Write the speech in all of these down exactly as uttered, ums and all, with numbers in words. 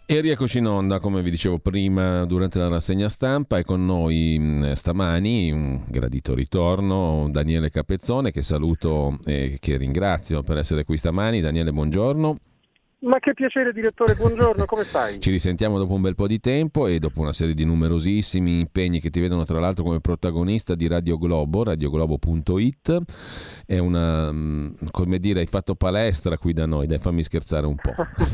E rieccoci in onda, come vi dicevo prima durante la rassegna stampa, è con noi mh, stamani un gradito ritorno Daniele Capezzone, che saluto e che ringrazio per essere qui stamani. Daniele, buongiorno. Ma che piacere, direttore, buongiorno, come stai? Ci risentiamo dopo un bel po' di tempo e dopo una serie di numerosissimi impegni che ti vedono tra l'altro come protagonista di Radio Globo, radioglobo punto it. È una, come dire, hai fatto palestra qui da noi, dai, fammi scherzare un po'.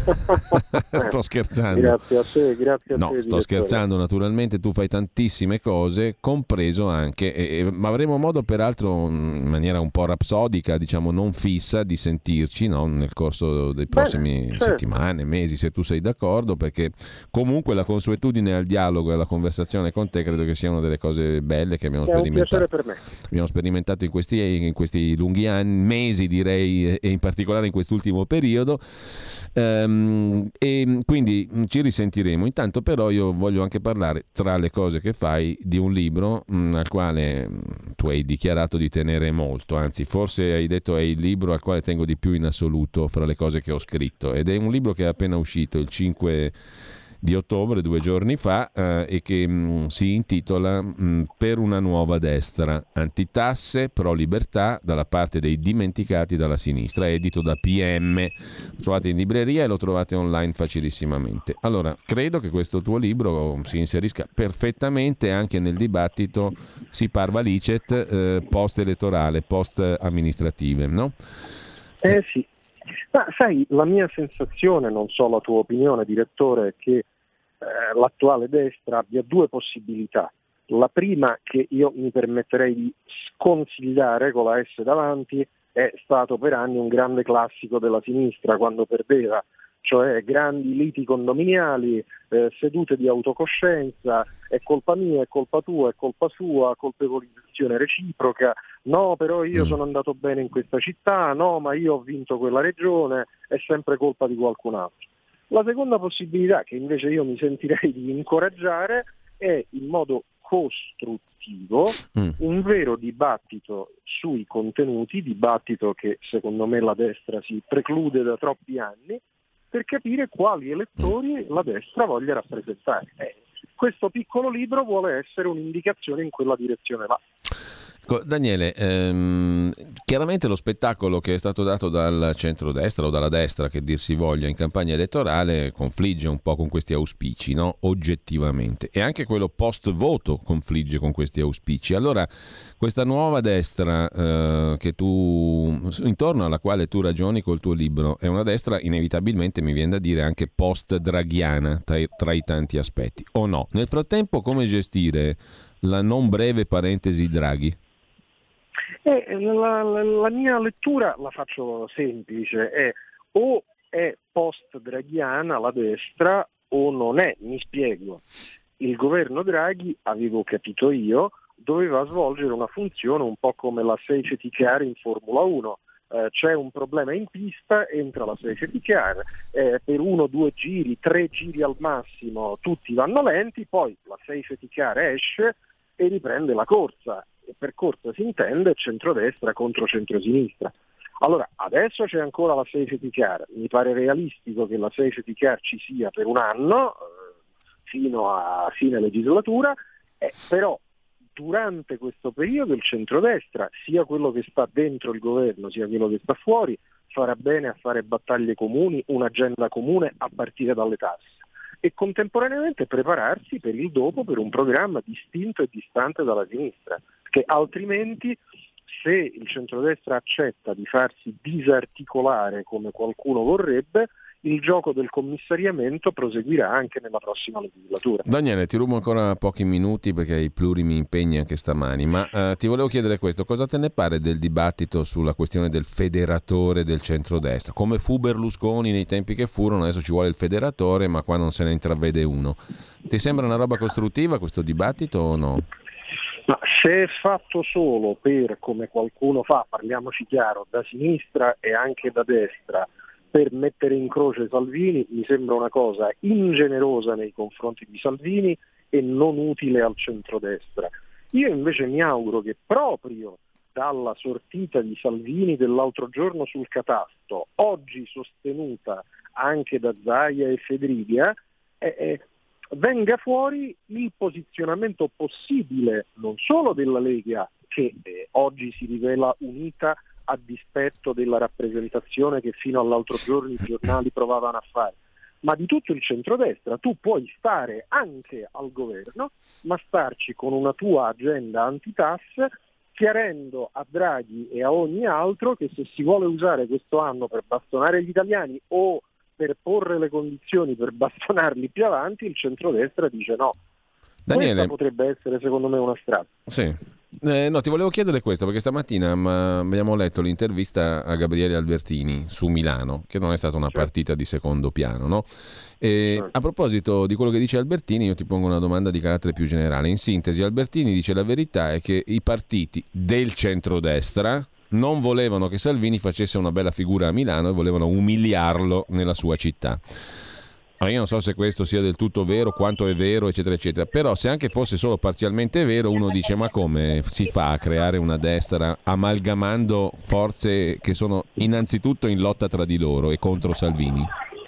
Sto scherzando. Grazie a te, grazie a no, te. No, sto direttore. scherzando, naturalmente tu fai tantissime cose, compreso anche, e, e, ma avremo modo peraltro in maniera un po' rapsodica, diciamo non fissa, di sentirci, no? Nel corso dei prossimi Bene, certo. settimane, mesi, se tu sei d'accordo, perché comunque la consuetudine al dialogo e alla conversazione con te credo che sia una delle cose belle che abbiamo È un sperimentato. piacere per me. Abbiamo sperimentato in questi, in questi lunghi anni, mesi direi, e in particolare in quest'ultimo periodo. Um, e quindi ci risentiremo. Intanto però io voglio anche parlare, tra le cose che fai, di un libro mh, al quale mh, tu hai dichiarato di tenere molto, anzi forse hai detto è il libro al quale tengo di più in assoluto fra le cose che ho scritto, ed è un libro che è appena uscito il cinque di ottobre, due giorni fa, eh, e che mh, si intitola mh, Per una nuova destra, antitasse, pro libertà, dalla parte dei dimenticati dalla sinistra, edito da P M. Lo trovate in libreria e lo trovate online facilissimamente. Allora, credo che questo tuo libro si inserisca perfettamente anche nel dibattito si parva licet eh, post-elettorale, post-amministrative, no? Eh sì. Ma sai, la mia sensazione, non so la tua opinione, direttore, è che eh, l'attuale destra abbia due possibilità. La prima, che io mi permetterei di sconsigliare con la S davanti, è stato per anni un grande classico della sinistra quando perdeva, cioè grandi liti condominiali, eh, sedute di autocoscienza, è colpa mia, è colpa tua, è colpa sua, colpevolizzazione reciproca, no però io sono andato bene in questa città, no ma io ho vinto quella regione, è sempre colpa di qualcun altro. La seconda possibilità, che invece io mi sentirei di incoraggiare, è in modo costruttivo Mm. un vero dibattito sui contenuti, dibattito che secondo me la destra si preclude da troppi anni, per capire quali elettori la destra voglia rappresentare. Eh, questo piccolo libro vuole essere un'indicazione in quella direzione là. Daniele, ehm, chiaramente lo spettacolo che è stato dato dal centrodestra o dalla destra, che dir si voglia, in campagna elettorale confligge un po' con questi auspici, no? Oggettivamente. E anche quello post-voto confligge con questi auspici. Allora, questa nuova destra eh, che tu, intorno alla quale tu ragioni col tuo libro, è una destra inevitabilmente, mi viene da dire, anche post-draghiana tra i, tra i tanti aspetti, o no? Nel frattempo, come gestire la non breve parentesi Draghi? Eh, la, la, la mia lettura la faccio semplice, è o è post-draghiana la destra o non è, mi spiego. Il governo Draghi, avevo capito io, doveva svolgere una funzione un po' come la safety car in Formula uno. Eh, c'è un problema in pista, entra la safety car, eh, per uno, due giri, tre giri al massimo tutti vanno lenti, poi la safety car esce e riprende la corsa. E per corsa si intende centrodestra contro centrosinistra. Allora, adesso c'è ancora la safety car, mi pare realistico che la safety car ci sia per un anno, eh, fino a fine legislatura, eh, però durante questo periodo il centrodestra, sia quello che sta dentro il governo sia quello che sta fuori, farà bene a fare battaglie comuni, un'agenda comune a partire dalle tasse, e contemporaneamente prepararsi per il dopo, per un programma distinto e distante dalla sinistra, perché altrimenti, se il centrodestra accetta di farsi disarticolare come qualcuno vorrebbe, il gioco del commissariamento proseguirà anche nella prossima legislatura. Daniele, ti rubo ancora pochi minuti perché hai plurimi impegni anche stamani, ma eh, ti volevo chiedere questo: cosa te ne pare del dibattito sulla questione del federatore del centrodestra? Come fu Berlusconi nei tempi che furono, adesso ci vuole il federatore, ma qua non se ne intravede uno. Ti sembra una roba costruttiva questo dibattito o no? Ma se è fatto solo per, come qualcuno fa, parliamoci chiaro, da sinistra e anche da destra, per mettere in croce Salvini, mi sembra una cosa ingenerosa nei confronti di Salvini e non utile al centrodestra. Io invece mi auguro che proprio dalla sortita di Salvini dell'altro giorno sul catasto, oggi sostenuta anche da Zaia e Fedriga, eh, eh, venga fuori il posizionamento possibile non solo della Lega, che eh, oggi si rivela unita a dispetto della rappresentazione che fino all'altro giorno i giornali provavano a fare, ma di tutto il centrodestra. Tu puoi stare anche al governo, ma starci con una tua agenda antitasse, chiarendo a Draghi e a ogni altro che se si vuole usare questo anno per bastonare gli italiani o per porre le condizioni per bastonarli più avanti, il centrodestra dice no. Daniele, questa potrebbe essere secondo me una strada. Sì. Eh, no, ti volevo chiedere questo perché stamattina ma, abbiamo letto l'intervista a Gabriele Albertini su Milano, che non è stata una Certo. partita di secondo piano, no? E Certo. a proposito di quello che dice Albertini, io ti pongo una domanda di carattere più generale. In sintesi, Albertini dice la verità è che i partiti del centrodestra non volevano che Salvini facesse una bella figura a Milano e volevano umiliarlo nella sua città. Io non so se questo sia del tutto vero, quanto è vero, eccetera, eccetera. Però se anche fosse solo parzialmente vero, uno dice ma come si fa a creare una destra amalgamando forze che sono innanzitutto in lotta tra di loro e contro Salvini?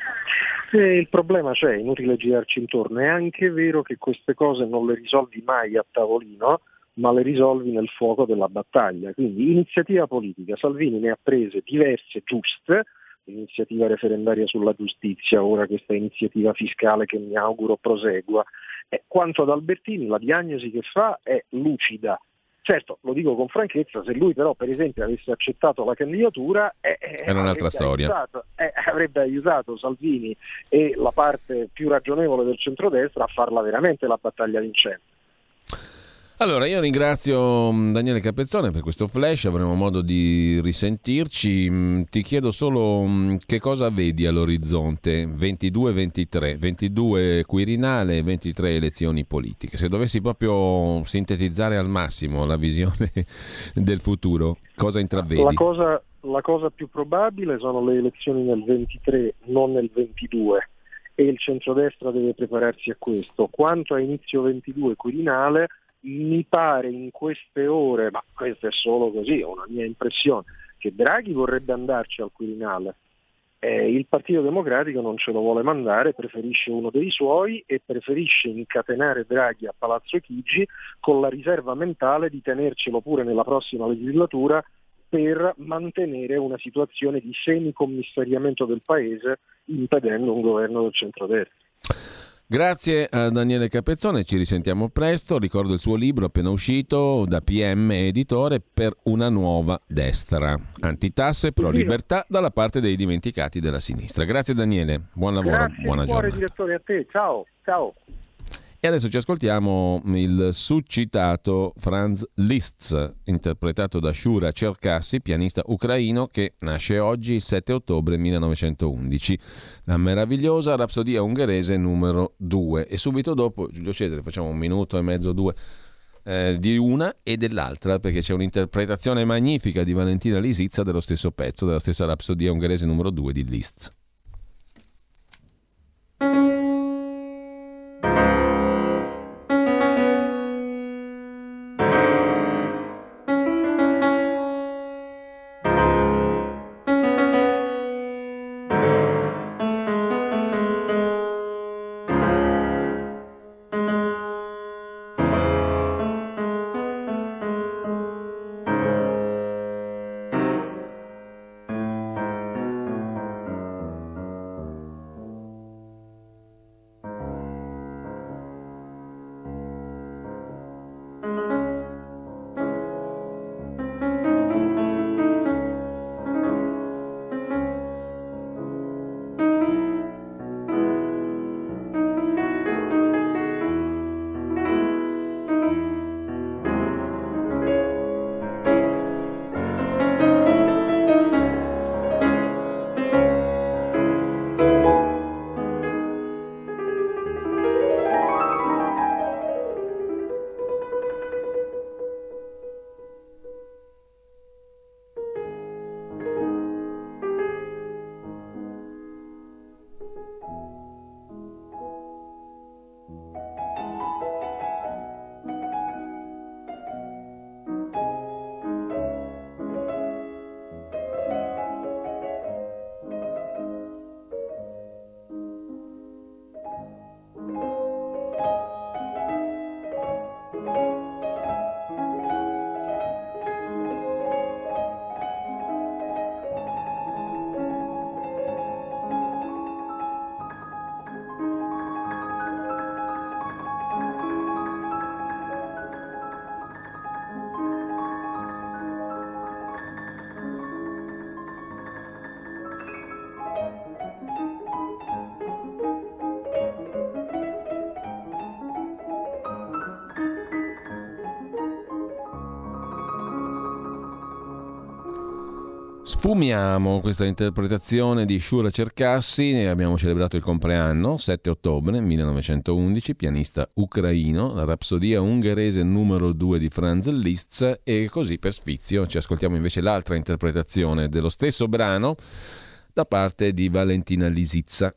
E il problema c'è, è inutile girarci intorno. È anche vero che queste cose non le risolvi mai a tavolino, ma le risolvi nel fuoco della battaglia. Quindi iniziativa politica, Salvini ne ha prese diverse giuste, l'iniziativa referendaria sulla giustizia, ora questa iniziativa fiscale che mi auguro prosegua. E quanto ad Albertini, la diagnosi che fa è lucida. Certo, lo dico con franchezza, se lui però per esempio avesse accettato la candidatura eh, è un'altra storia. Aiutato, eh, avrebbe aiutato Salvini e la parte più ragionevole del centrodestra a farla veramente la battaglia vincente. Allora, io ringrazio Daniele Capezzone per questo flash, avremo modo di risentirci. Ti chiedo solo che cosa vedi all'orizzonte ventidue ventitré, ventidue Quirinale, ventitré elezioni politiche. Se dovessi proprio sintetizzare al massimo la visione del futuro, cosa intravedi? La cosa, la cosa più probabile sono le elezioni nel ventitré, non nel ventidue, e il centrodestra deve prepararsi a questo. Quanto a inizio ventidue Quirinale, mi pare in queste ore, ma questo è solo così, è una mia impressione, che Draghi vorrebbe andarci al Quirinale. Eh, il Partito Democratico non ce lo vuole mandare, preferisce uno dei suoi e preferisce incatenare Draghi a Palazzo Chigi con la riserva mentale di tenercelo pure nella prossima legislatura per mantenere una situazione di semicommissariamento del Paese, impedendo un governo del centrodestra. Grazie a Daniele Capezzone, ci risentiamo presto. Ricordo il suo libro appena uscito da P M Editore, Per una nuova destra. Antitasse, pro libertà dalla parte dei dimenticati della sinistra. Grazie Daniele, buon lavoro, Grazie buona cuore, giornata. direttore, a te, ciao, ciao. E adesso ci ascoltiamo il succitato Franz Liszt, interpretato da Shura Cherkassi, pianista ucraino che nasce oggi, il sette ottobre millenovecentoundici. La meravigliosa Rapsodia ungherese numero due. E subito dopo, Giulio Cesare, facciamo un minuto e mezzo, due, eh, di una e dell'altra, perché c'è un'interpretazione magnifica di Valentina Lisitsa dello stesso pezzo, della stessa Rapsodia ungherese numero due di Liszt. Sfumiamo questa interpretazione di Shura Cherkassy, ne abbiamo celebrato il compleanno, sette ottobre millenovecentoundici, pianista ucraino, la rapsodia ungherese numero due di Franz Liszt, e così per sfizio ci ascoltiamo invece l'altra interpretazione dello stesso brano da parte di Valentina Lisitsa.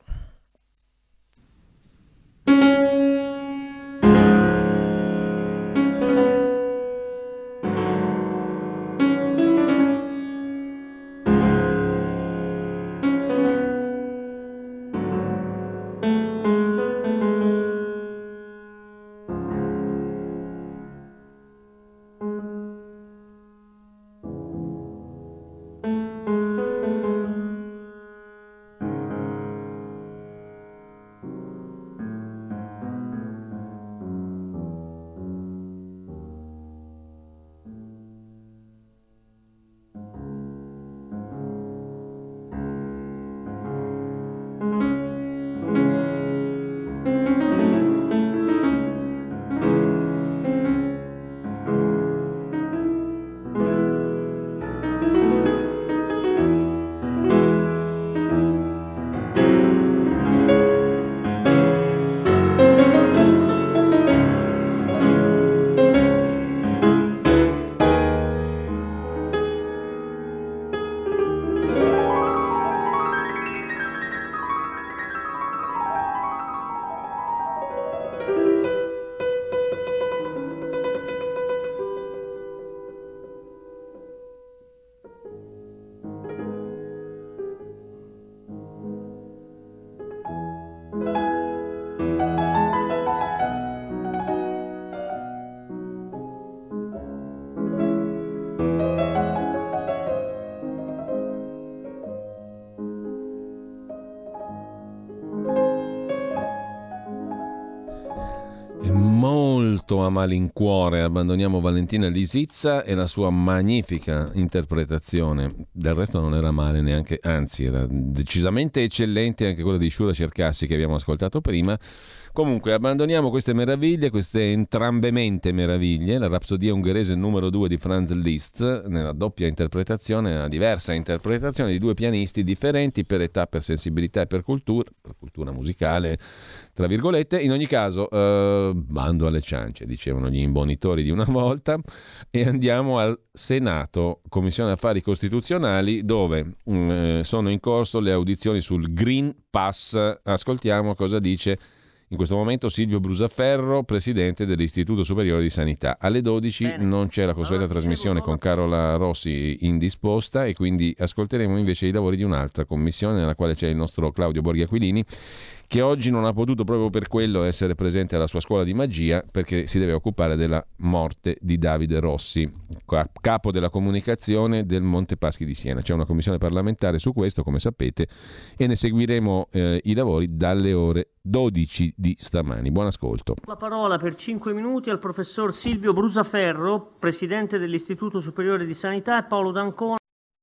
A malincuore abbandoniamo Valentina Lisitsa e la sua magnifica interpretazione. Del resto non era male neanche, anzi era decisamente eccellente anche quella di Shura Cherkassy che abbiamo ascoltato prima. Comunque abbandoniamo queste meraviglie, queste entrambemente meraviglie, la rapsodia ungherese numero due di Franz Liszt, nella doppia interpretazione, nella diversa interpretazione di due pianisti differenti per età, per sensibilità e per cultura, per cultura musicale, tra virgolette. In ogni caso, eh, bando alle ciance, dicevano gli imbonitori di una volta, e andiamo al Senato, Commissione Affari Costituzionali, dove mh, sono in corso le audizioni sul Green Pass. Ascoltiamo cosa dice in questo momento Silvio Brusaferro, presidente dell'Istituto Superiore di Sanità. Alle dodici Bene. Non c'è la consueta allora, trasmissione con Carola Rossi indisposta e quindi ascolteremo invece i lavori di un'altra commissione nella quale c'è il nostro Claudio Borghi Aquilini, che oggi non ha potuto proprio per quello essere presente alla sua scuola di magia, perché si deve occupare della morte di Davide Rossi, capo della comunicazione del Monte Paschi di Siena. C'è una commissione parlamentare su questo, come sapete, e ne seguiremo eh, i lavori dalle ore dodici di stamani. Buon ascolto. La parola per cinque minuti al professor Silvio Brusaferro, presidente dell'Istituto Superiore di Sanità, e Paolo D'Ancona.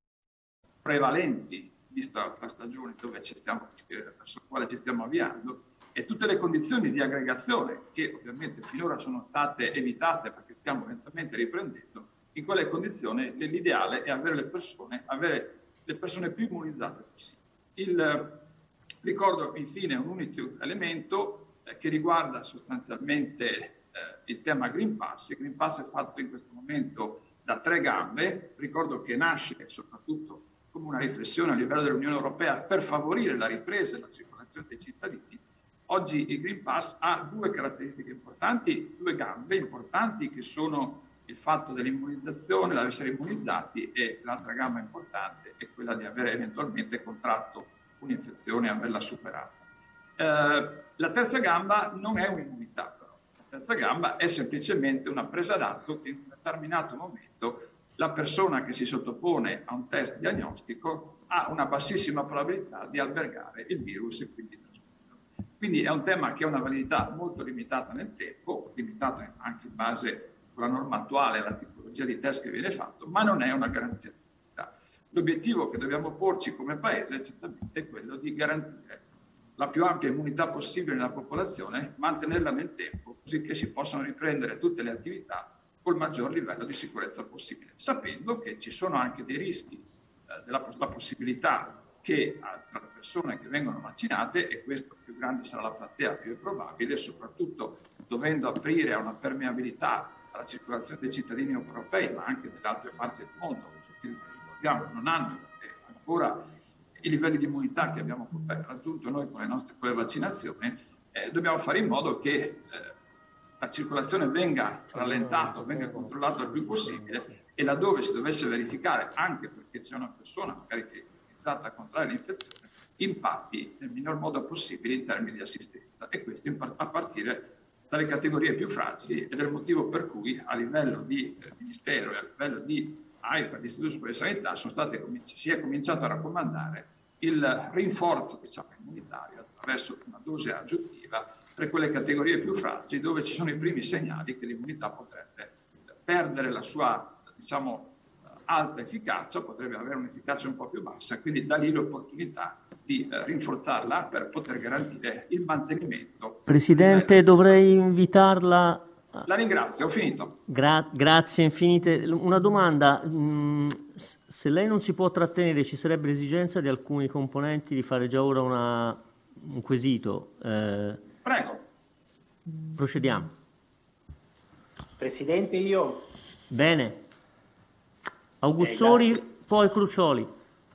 Prevalenti, vista la stagione dove ci stiamo, verso la quale ci stiamo avviando, e tutte le condizioni di aggregazione che ovviamente finora sono state evitate perché stiamo lentamente riprendendo. In quelle condizioni l'ideale è avere le persone, avere le persone più immunizzate possibile. Il, ricordo infine un unico elemento eh, che riguarda sostanzialmente eh, il tema Green Pass. Il Green Pass è fatto in questo momento da tre gambe. Ricordo che nasce soprattutto come una riflessione a livello dell'Unione Europea per favorire la ripresa e la circolazione dei cittadini. Oggi il Green Pass ha due caratteristiche importanti, due gambe importanti, che sono il fatto dell'immunizzazione, l'essere immunizzati, e l'altra gamba importante è quella di avere eventualmente contratto un'infezione e averla superata. Eh, la terza gamba non è un'immunità, però. La terza gamba è semplicemente una presa d'atto che in un determinato momento la persona che si sottopone a un test diagnostico ha una bassissima probabilità di albergare il virus e quindi trasmetterlo. Quindi è un tema che ha una validità molto limitata nel tempo, limitata anche in base alla norma attuale alla tipologia di test che viene fatto, ma non è una garanzia di immunità. L'obiettivo che dobbiamo porci come Paese certamente è quello di garantire la più ampia immunità possibile nella popolazione, mantenerla nel tempo, così che si possano riprendere tutte le attività col maggior livello di sicurezza possibile, sapendo che ci sono anche dei rischi eh, della la possibilità che tra le persone che vengono vaccinate, e questo più grande sarà la platea, più è probabile, soprattutto dovendo aprire a una permeabilità alla circolazione dei cittadini europei, ma anche delle altre parti del mondo, che ricordiamo non hanno ancora i livelli di immunità che abbiamo raggiunto noi con le nostre con le vaccinazioni, eh, dobbiamo fare in modo che eh, la circolazione venga rallentata, venga controllata il più possibile, e laddove si dovesse verificare, anche perché c'è una persona magari che tratta a contrarre l'infezione, impatti nel miglior modo possibile in termini di assistenza, e questo a partire dalle categorie più fragili, ed è il motivo per cui a livello di eh, Ministero e a livello di AIFA, l'Istituto Superiore di Sanità, sono state, si è cominciato a raccomandare il rinforzo, diciamo, immunitario attraverso una dose aggiuntiva per quelle categorie più fragili dove ci sono i primi segnali che l'immunità potrebbe perdere la sua, diciamo, alta efficacia, potrebbe avere un'efficacia un po' più bassa, quindi da lì l'opportunità di eh, rinforzarla per poter garantire il mantenimento. Presidente, dovrei invitarla. La ringrazio, ho finito. Gra- grazie infinite. Una domanda, mm, se lei non si può trattenere, ci sarebbe l'esigenza di alcuni componenti di fare già ora una, un quesito? Eh, Prego. Procediamo. Presidente, io... Bene. Augussori, eh, poi Crucioli.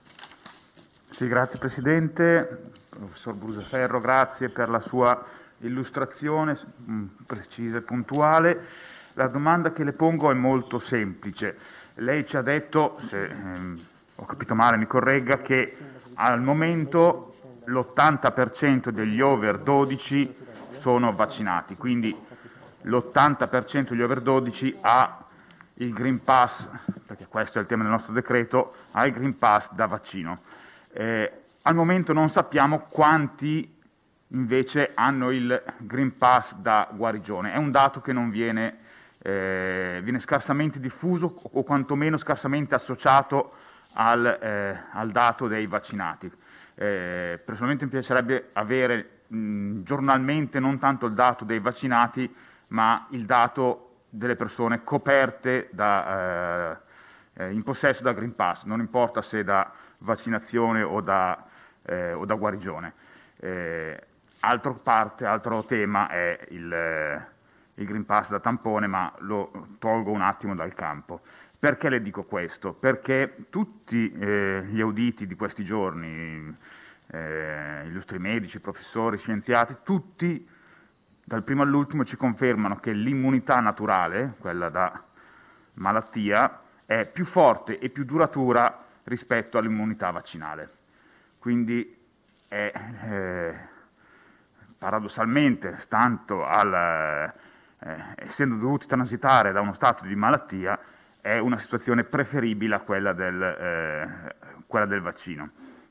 Sì, grazie Presidente. Professor Brusaferro, grazie per la sua illustrazione precisa e puntuale. La domanda che le pongo è molto semplice. Lei ci ha detto, se ehm, ho capito male mi corregga, che al momento l'ottanta per cento degli over dodici sono vaccinati, quindi l'ottanta per cento degli over dodici ha il Green Pass, perché questo è il tema del nostro decreto, ha il Green Pass da vaccino. Eh, al momento non sappiamo quanti invece hanno il Green Pass da guarigione. È un dato che non viene, eh, viene scarsamente diffuso, o quantomeno scarsamente associato al, eh, al dato dei vaccinati. Eh, personalmente mi piacerebbe avere mh, giornalmente non tanto il dato dei vaccinati, ma il dato delle persone coperte da, eh, in possesso del Green Pass, non importa se da vaccinazione o da, eh, o da guarigione. Eh, altro parte, altro tema è il, eh, il Green Pass da tampone, ma lo tolgo un attimo dal campo. Perché le dico questo? Perché tutti eh, gli auditi di questi giorni, eh, illustri medici, professori, scienziati, tutti dal primo all'ultimo ci confermano che l'immunità naturale, quella da malattia, è più forte e più duratura rispetto all'immunità vaccinale. Quindi è, eh, paradossalmente, stando al, eh, essendo dovuti transitare da uno stato di malattia, è una situazione preferibile a quella del, eh, quella del vaccino.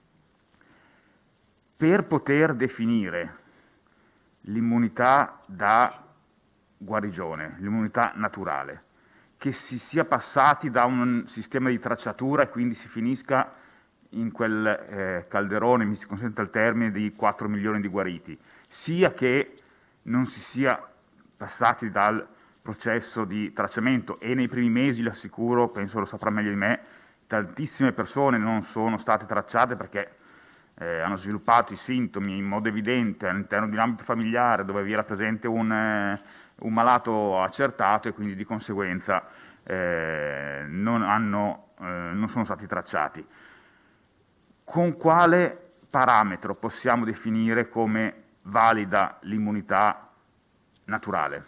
Per poter definire l'immunità da guarigione, l'immunità naturale, che si sia passati da un sistema di tracciatura e quindi si finisca in quel eh, calderone, mi si consente il termine, di quattro milioni di guariti, sia che non si sia passati dal processo di tracciamento, e nei primi mesi, le assicuro, penso lo saprà meglio di me, tantissime persone non sono state tracciate perché Eh, hanno sviluppato i sintomi in modo evidente all'interno di un ambito familiare dove vi era presente un, eh, un malato accertato, e quindi di conseguenza eh, non, hanno, eh, non sono stati tracciati. Con quale parametro possiamo definire come valida l'immunità naturale?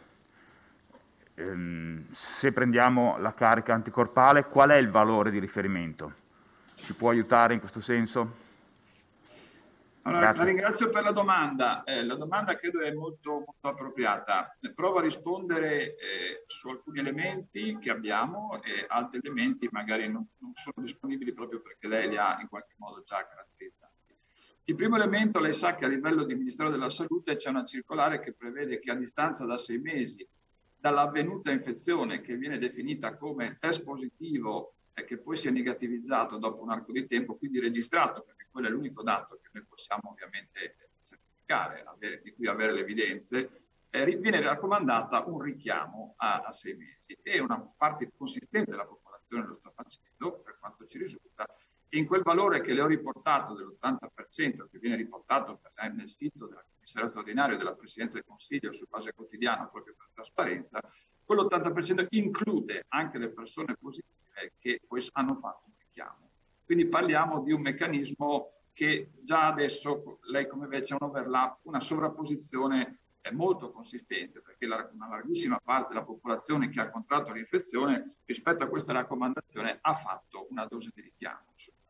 Ehm, se prendiamo la carica anticorpale, qual è il valore di riferimento? Ci può aiutare in questo senso? Allora, la ringrazio per la domanda. Eh, la domanda credo è molto, molto appropriata. Provo a rispondere eh, su alcuni elementi che abbiamo, e altri elementi magari non, non sono disponibili proprio perché lei li ha in qualche modo già caratterizzati. Il primo elemento, lei sa che a livello del Ministero della Salute c'è una circolare che prevede che a distanza da sei mesi dall'avvenuta infezione, che viene definita come test positivo e che poi si è negativizzato dopo un arco di tempo, quindi registrato, perché quello è l'unico dato che noi possiamo ovviamente certificare, avere, di cui avere le evidenze, eh, viene raccomandata un richiamo a, a sei mesi, e una parte consistente della popolazione lo sta facendo, per quanto ci risulta, E in quel valore che le ho riportato dell'ottanta per cento, che viene riportato nel sito del commissario straordinario della Presidenza del Consiglio su base quotidiana proprio per trasparenza, quell'ottanta per cento include anche le persone positive che poi hanno fatto un richiamo. Quindi parliamo di un meccanismo che già adesso, lei come vede, c'è un overlap, una sovrapposizione è molto consistente, perché la, una larghissima parte della popolazione che ha contratto l'infezione rispetto a questa raccomandazione ha fatto una dose di richiamo.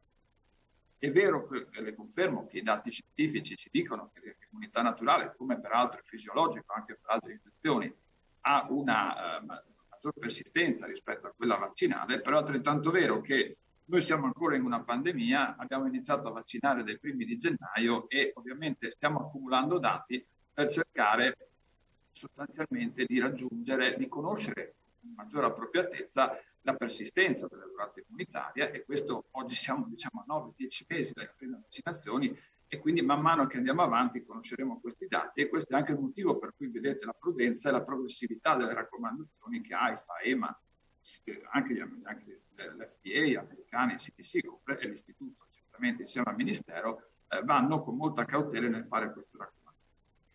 È vero che, le confermo, che i dati scientifici ci dicono che l'immunità naturale, come peraltro è fisiologico anche per altre infezioni, ha una uh, maggior persistenza rispetto a quella vaccinale, però è altrettanto vero che noi siamo ancora in una pandemia, abbiamo iniziato a vaccinare dai primi di gennaio e ovviamente stiamo accumulando dati per cercare sostanzialmente di raggiungere, di conoscere con maggiore appropriatezza la persistenza delle durate immunitarie, e questo oggi siamo diciamo a nove dieci mesi dalle prime vaccinazioni, e quindi man mano che andiamo avanti conosceremo questi dati, e questo è anche il motivo per cui vedete la prudenza e la progressività delle raccomandazioni che AIFA, EMA, anche, gli, anche l'F D A americani, il C D C e l'istituto certamente insieme al Ministero eh, vanno con molta cautela nel fare queste raccomandazioni.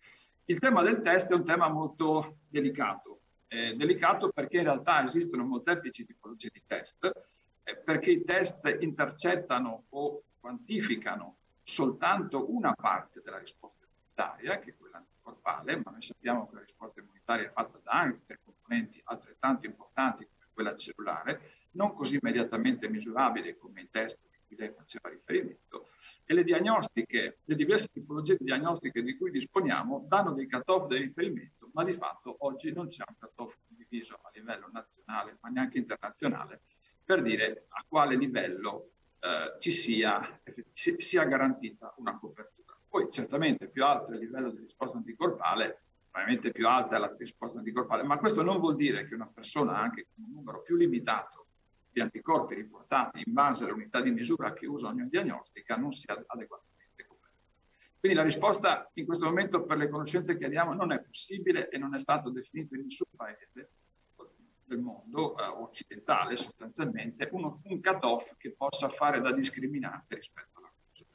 Il tema del test è un tema molto delicato, eh, delicato perché in realtà esistono molteplici tipologie di test, eh, perché i test intercettano o quantificano soltanto una parte della risposta immunitaria, che è quella anticorpale, ma noi sappiamo che la risposta immunitaria è fatta da altre componenti altrettanto importanti come quella cellulare, non così immediatamente misurabile come i test di cui lei faceva riferimento, e le diagnostiche, le diverse tipologie di diagnostiche di cui disponiamo danno dei cut-off di riferimento, ma di fatto oggi non c'è un cut-off condiviso a livello nazionale, ma neanche internazionale, per dire a quale livello eh, ci sia, sia garantita una copertura. Poi certamente più alto è il livello di risposta anticorpale, probabilmente più alta è la risposta anticorpale, ma questo non vuol dire che una persona anche con un numero più limitato di anticorpi riportati in base alle unità di misura che usa ogni diagnostica non sia adeguatamente coperta. Quindi la risposta in questo momento per le conoscenze che abbiamo non è possibile e non è stato definito in nessun paese del mondo eh, occidentale sostanzialmente uno, un cut-off che possa fare da discriminante rispetto alla cosa.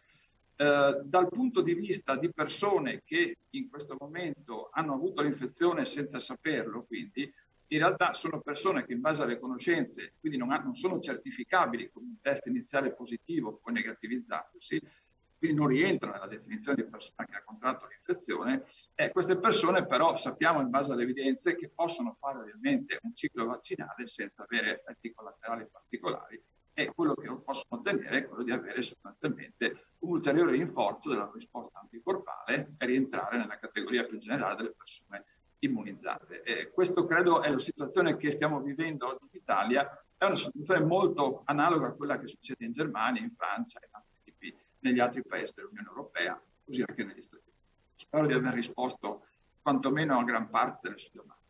Eh, dal punto di vista di persone che in questo momento hanno avuto l'infezione senza saperlo, quindi in realtà sono persone che in base alle conoscenze, quindi non, ha, non sono certificabili con un test iniziale positivo poi negativizzatosi, quindi non rientrano nella definizione di persona che ha contratto l'infezione. Eh, queste persone però sappiamo in base alle evidenze che possono fare ovviamente un ciclo vaccinale senza avere effetti collaterali particolari, e quello che possono ottenere è quello di avere sostanzialmente un ulteriore rinforzo della risposta anticorpale per rientrare nella categoria più generale delle persone immunizzate. E questo credo è la situazione che stiamo vivendo oggi in Italia, è una situazione molto analoga a quella che succede in Germania, in Francia e in altri tipi, negli altri paesi dell'Unione Europea, così anche negli Stati Uniti. Spero di aver risposto quantomeno a gran parte delle sue domande.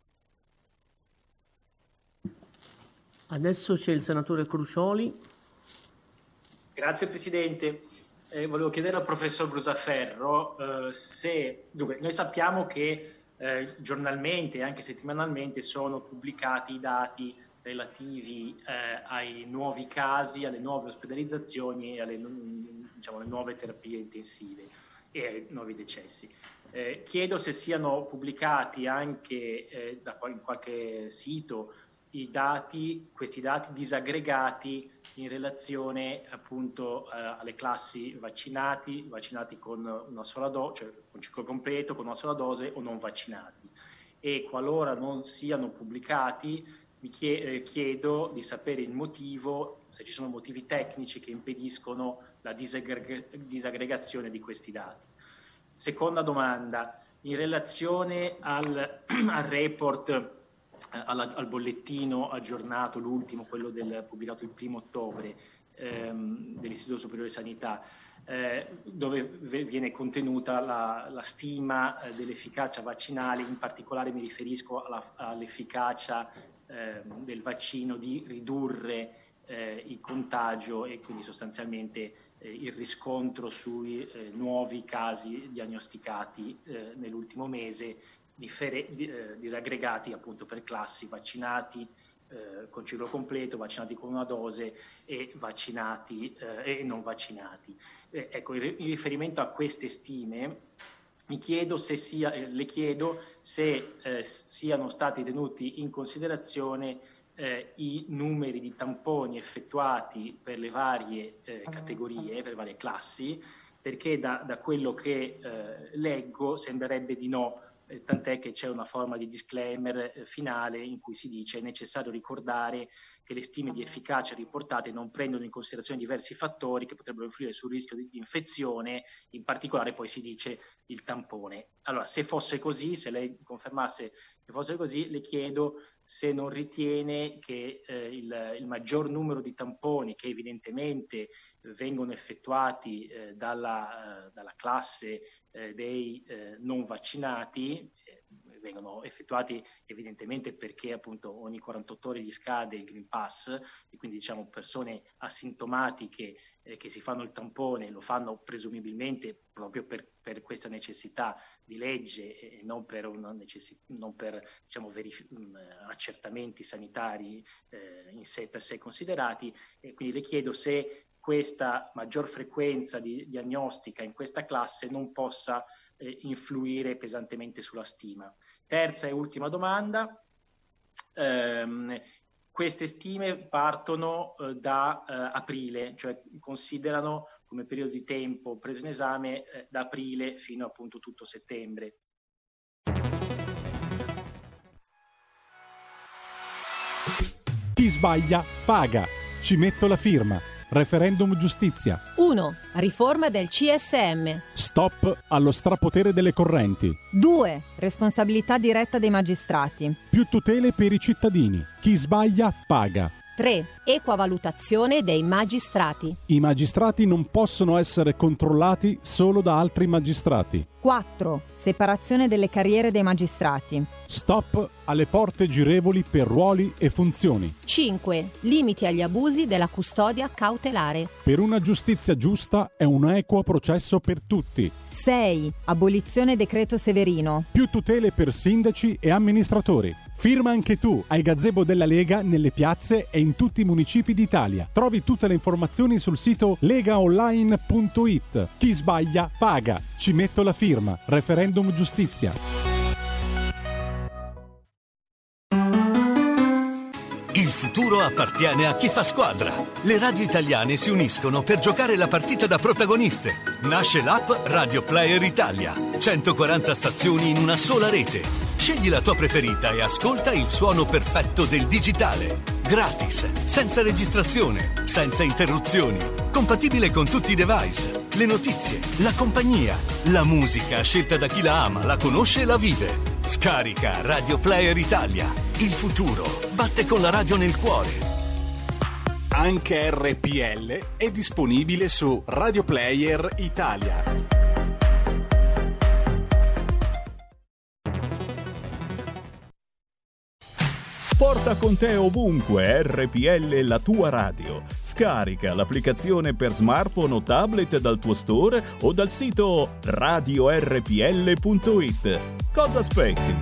Adesso c'è il senatore Crucioli. Grazie Presidente. Eh, volevo chiedere al professor Brusaferro eh, se, dunque, noi sappiamo che Eh, giornalmente e anche settimanalmente sono pubblicati i dati relativi eh, ai nuovi casi, alle nuove ospedalizzazioni e alle, diciamo, alle nuove terapie intensive e ai nuovi decessi. Eh, chiedo se siano pubblicati anche eh, da qual- in qualche sito i dati, questi dati disaggregati in relazione appunto eh, alle classi vaccinati, vaccinati con una sola dose, cioè con ciclo completo, con una sola dose o non vaccinati. E qualora non siano pubblicati, mi chiedo di sapere il motivo, se ci sono motivi tecnici che impediscono la disaggre- disaggregazione di questi dati. Seconda domanda, in relazione al, al report Al, al bollettino aggiornato, l'ultimo, quello del, pubblicato il primo ottobre ehm, dell'Istituto Superiore di Sanità, eh, dove v- viene contenuta la, la stima eh, dell'efficacia vaccinale, in particolare mi riferisco alla, all'efficacia eh, del vaccino di ridurre eh, il contagio e quindi sostanzialmente eh, il riscontro sui eh, nuovi casi diagnosticati eh, nell'ultimo mese, Differe, di, eh, disaggregati appunto per classi, vaccinati eh, con ciclo completo, vaccinati con una dose e vaccinati eh, e non vaccinati. Eh, ecco, in, in riferimento a queste stime, mi chiedo se sia, eh, le chiedo se eh, siano stati tenuti in considerazione eh, i numeri di tamponi effettuati per le varie eh, categorie, per le varie classi, perché da, da quello che eh, leggo sembrerebbe di no, eh, tant'è che c'è una forma di disclaimer eh, finale in cui si dice è necessario ricordare che le stime di efficacia riportate non prendono in considerazione diversi fattori che potrebbero influire sul rischio di infezione, in particolare poi si dice il tampone. Allora, se fosse così, se lei confermasse che fosse così, le chiedo se non ritiene che eh, il, il maggior numero di tamponi che evidentemente vengono effettuati eh, dalla, eh, dalla classe eh, dei eh, non vaccinati, vengono effettuati evidentemente perché appunto ogni quarantotto ore gli scade il Green Pass e quindi diciamo persone asintomatiche eh, che si fanno il tampone lo fanno presumibilmente proprio per, per questa necessità di legge e non per, una necessi- non per diciamo, verif- accertamenti sanitari eh, in sé per sé considerati, e quindi le chiedo se questa maggior frequenza di diagnostica in questa classe non possa eh, influire pesantemente sulla stima. Terza e ultima domanda. Ehm, queste stime partono eh, da eh, aprile, cioè considerano come periodo di tempo preso in esame eh, da aprile fino appunto tutto settembre. Chi sbaglia paga. Ci metto la firma. Referendum giustizia. uno. Riforma del C S M. Stop allo strapotere delle correnti. due. Responsabilità diretta dei magistrati. Più tutele per i cittadini. Chi sbaglia paga. tre. Equa valutazione dei magistrati. I magistrati non possono essere controllati solo da altri magistrati. quattro. Separazione delle carriere dei magistrati. Stop alle porte girevoli per ruoli e funzioni. cinque. Limiti agli abusi della custodia cautelare. Per una giustizia giusta è un equo processo per tutti. sei. Abolizione decreto Severino. Più tutele per sindaci e amministratori. Firma anche tu ai gazebo della Lega nelle piazze e in tutti i municipi d'Italia. Trovi tutte le informazioni sul sito legaonline punto it. Chi sbaglia paga. Ci metto la firma. Referendum giustizia. Il futuro appartiene a chi fa squadra. Le radio italiane si uniscono per giocare la partita da protagoniste. Nasce l'app Radio Player Italia. centoquaranta stazioni in una sola rete. Scegli la tua preferita e ascolta il suono perfetto del digitale. Gratis, senza registrazione, senza interruzioni. Compatibile con tutti i device. Le notizie, la compagnia, la musica scelta da chi la ama, la conosce e la vive. Scarica Radio Player Italia. Il futuro batte con la radio nel cuore. Anche R P L è disponibile su Radio Player Italia. Porta con te ovunque R P L, la tua radio. Scarica l'applicazione per smartphone o tablet dal tuo store o dal sito radio R P L punto it. Cosa aspetti?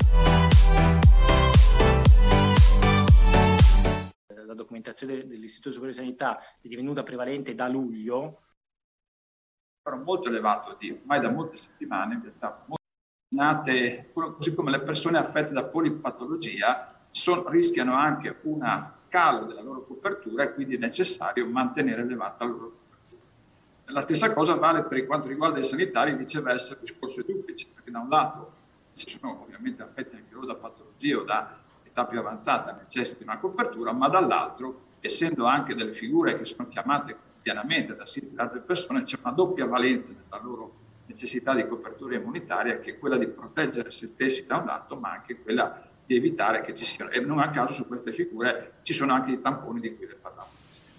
La documentazione dell'Istituto Superiore di Sanità è divenuta prevalente da luglio. Però molto elevato di ormai da molte settimane, in realtà, nate, così come le persone affette da polipatologia Son, rischiano anche un calo della loro copertura e quindi è necessario mantenere elevata la loro copertura. La stessa cosa vale per quanto riguarda i sanitari, viceversa il discorso è duplice, perché da un lato ci sono ovviamente affetti anche loro da patologie o da età più avanzata, necessitano una copertura, ma dall'altro, essendo anche delle figure che sono chiamate quotidianamente ad assistere altre persone, c'è una doppia valenza della loro necessità di copertura immunitaria, che è quella di proteggere se stessi da un lato, ma anche quella di evitare che ci siano, e non a caso su queste figure ci sono anche i tamponi di cui le parlavo.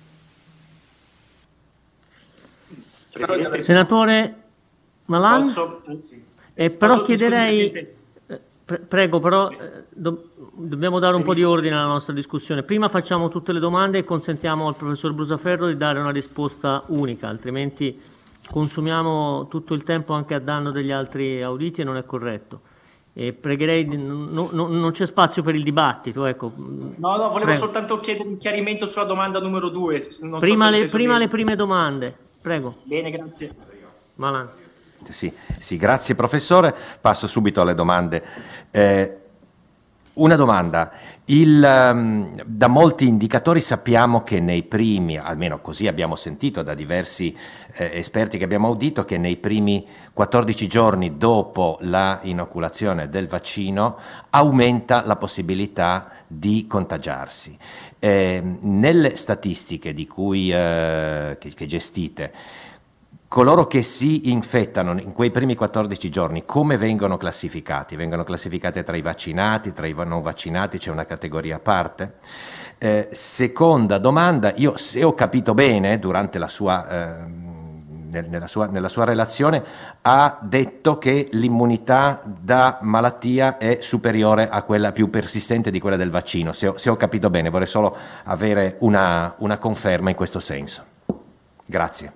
Presidente. Senatore Malan, Posso? eh, però Posso, chiederei, scusi, eh, pre- prego, però eh, do- dobbiamo dare un po' di ordine alla nostra discussione. Prima facciamo tutte le domande e consentiamo al professor Brusaferro di dare una risposta unica, altrimenti consumiamo tutto il tempo anche a danno degli altri auditi e non è corretto. E pregherei, di, no, no, non c'è spazio per il dibattito. Ecco. No, no, volevo Prego. soltanto chiedere un chiarimento sulla domanda numero due. Non prima so le, prima le prime domande. Prego. Bene, grazie. Malan. Sì, sì, grazie professore. Passo subito alle domande. Eh, una domanda. Il, um, da molti indicatori sappiamo che nei primi, almeno così abbiamo sentito da diversi eh, esperti che abbiamo audito, che nei primi quattordici giorni dopo la inoculazione del vaccino aumenta la possibilità di contagiarsi. Eh, nelle statistiche di cui, eh, che, che gestite, coloro che si infettano in quei primi quattordici giorni, come vengono classificati? Vengono classificati tra i vaccinati, tra i non vaccinati, c'è una categoria a parte? Eh, seconda domanda, io se ho capito bene, durante la sua, eh, nella, sua, nella sua relazione, ha detto che l'immunità da malattia è superiore a quella più persistente di quella del vaccino. Se ho, se ho capito bene, vorrei solo avere una, una conferma in questo senso. Grazie.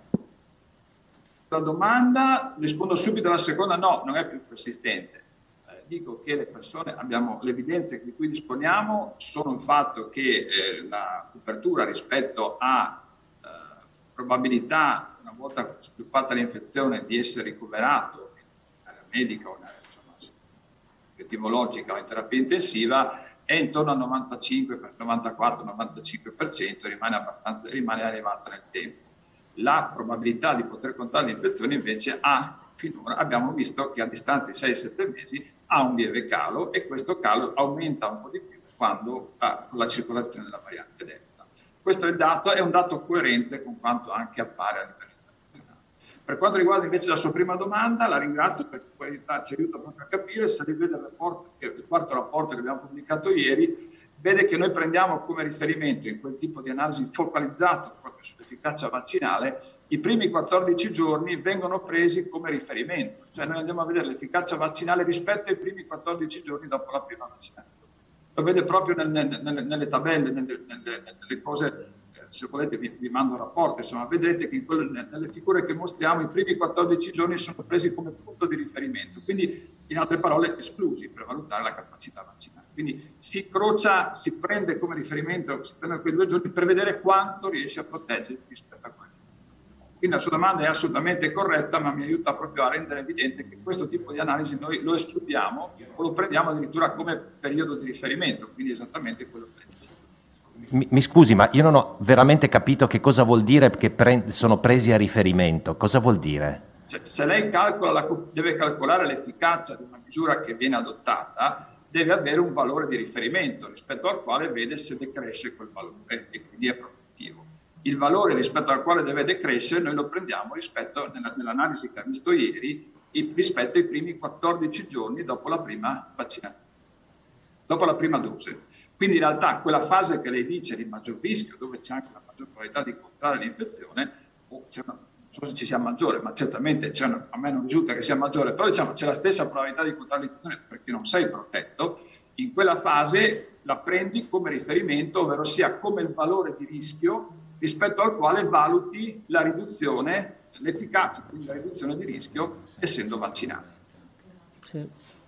La domanda, rispondo subito alla seconda, no, non è più persistente. Eh, dico che le persone, abbiamo le evidenze di cui disponiamo, sono il fatto che eh, la copertura rispetto a eh, probabilità, una volta sviluppata l'infezione, di essere ricoverato in area medica o in area etimologica o in terapia intensiva è intorno al novantacinque, novantaquattro novantacinque per cento, rimane abbastanza, rimane elevata nel tempo. La probabilità di poter contrarre l'infezione invece ha, finora abbiamo visto che a distanza di sei sette mesi ha un lieve calo, e questo calo aumenta un po' di più quando ha con la circolazione della variante Delta. Questo è il dato, è un dato coerente con quanto anche appare a livello internazionale. Per quanto riguarda invece la sua prima domanda, la ringrazio perché ci aiuta proprio a capire. Se rivede il, rapporto, il quarto rapporto che abbiamo pubblicato ieri, vede che noi prendiamo come riferimento in quel tipo di analisi focalizzato proprio sull'efficacia vaccinale, i primi quattordici giorni vengono presi come riferimento, cioè noi andiamo a vedere l'efficacia vaccinale rispetto ai primi quattordici giorni dopo la prima vaccinazione. Lo vede proprio nel, nel, nelle, nelle tabelle, nelle, nelle, nelle cose, eh, se volete vi, vi mando un rapporto, insomma vedrete che in quelle, nelle figure che mostriamo i primi quattordici giorni sono presi come punto di riferimento, quindi in altre parole esclusi per valutare la capacità vaccinale. Quindi si incrocia, si prende come riferimento, si prendono quei due giorni per vedere quanto riesce a proteggere rispetto a quello. Quindi la sua domanda è assolutamente corretta, ma mi aiuta proprio a rendere evidente che questo tipo di analisi noi lo escludiamo o lo prendiamo addirittura come periodo di riferimento, quindi esattamente quello che mi, mi scusi, ma io non ho veramente capito che cosa vuol dire che pre- sono presi a riferimento. Cosa vuol dire? Cioè, se lei calcola la, deve calcolare l'efficacia di una misura che viene adottata, deve avere un valore di riferimento rispetto al quale vede se decresce quel valore e quindi è protettivo. Il valore rispetto al quale deve decrescere noi lo prendiamo rispetto, nella, nell'analisi che ha visto ieri, i, rispetto ai primi quattordici giorni dopo la prima vaccinazione, dopo la prima dose. Quindi in realtà quella fase che lei dice di maggior rischio, dove c'è anche una maggior probabilità di contrarre l'infezione, o c'è una, non so se ci sia maggiore, ma certamente c'è una, a me non risulta che sia maggiore, però diciamo c'è la stessa probabilità di contrarre l'infezione perché non sei protetto. In quella fase la prendi come riferimento, ovvero sia come il valore di rischio rispetto al quale valuti la riduzione, l'efficacia, quindi la riduzione di rischio essendo vaccinato. Sì.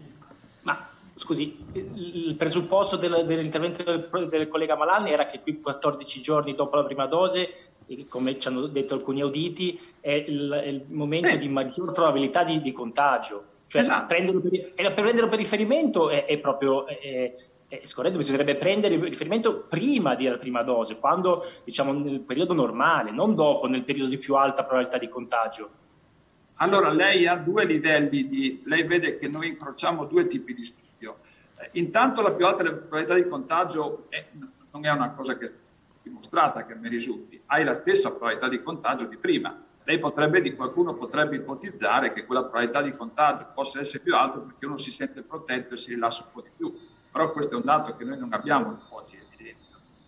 Ma scusi, il presupposto del, dell'intervento del, del collega Malan era che qui quattordici giorni dopo la prima dose, come ci hanno detto alcuni auditi, è il, è il momento eh. di maggior probabilità di, di contagio. Cioè, esatto. prenderlo per, per prenderlo per riferimento è, è proprio è, è scorretto, bisognerebbe prendere il riferimento prima della prima dose, quando diciamo nel periodo normale, non dopo, nel periodo di più alta probabilità di contagio. Allora, lei ha due livelli di, lei vede che noi incrociamo due tipi di studio. Eh, intanto la più alta probabilità di contagio è, non è una cosa che è dimostrata, che mi risulti, hai la stessa probabilità di contagio di prima. Lei potrebbe, di qualcuno potrebbe ipotizzare che quella probabilità di contagio possa essere più alta perché uno si sente protetto e si rilassa un po' di più. Però questo è un dato che noi non abbiamo oggi evidente.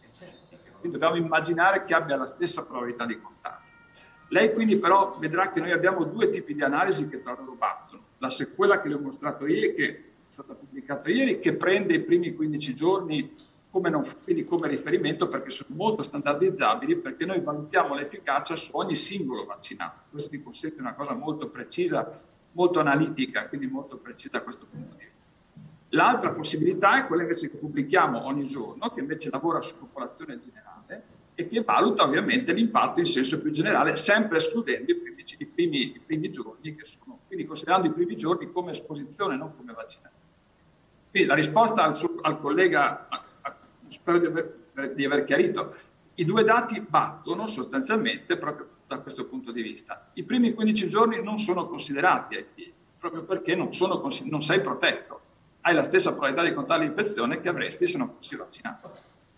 Quindi dobbiamo immaginare che abbia la stessa probabilità di contagio. Lei quindi però vedrà che noi abbiamo due tipi di analisi che tra loro battono. La, quella che le ho mostrato ieri, che è stata pubblicata ieri, che prende i primi quindici giorni come, non, quindi come riferimento, perché sono molto standardizzabili, perché noi valutiamo l'efficacia su ogni singolo vaccinato. Questo ti consente una cosa molto precisa, molto analitica, quindi molto precisa a questo punto di vista. L'altra possibilità è quella invece che pubblichiamo ogni giorno, che invece lavora su popolazione generale e che valuta ovviamente l'impatto in senso più generale, sempre escludendo i primi, i primi, i primi giorni, che sono, quindi considerando i primi giorni come esposizione, non come vaccinazione. Quindi la risposta al, suo, al collega, a, a, spero di aver, di aver chiarito, i due dati battono sostanzialmente proprio da questo punto di vista. I primi quindici giorni non sono considerati ai piedi, proprio perché non, sono, non sei protetto. Hai la stessa probabilità di contrarre l'infezione che avresti se non fossi vaccinato.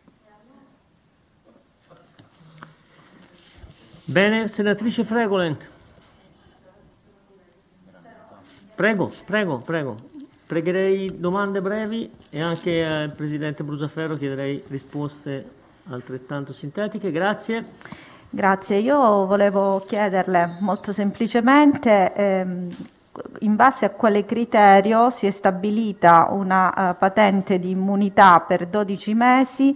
Bene, senatrice Fregolent. Prego, prego, prego. Pregherei domande brevi e anche al Presidente Brusaferro chiederei risposte altrettanto sintetiche. Grazie. Grazie. Io volevo chiederle molto semplicemente ehm, in base a quale criterio si è stabilita una uh, patente di immunità per dodici mesi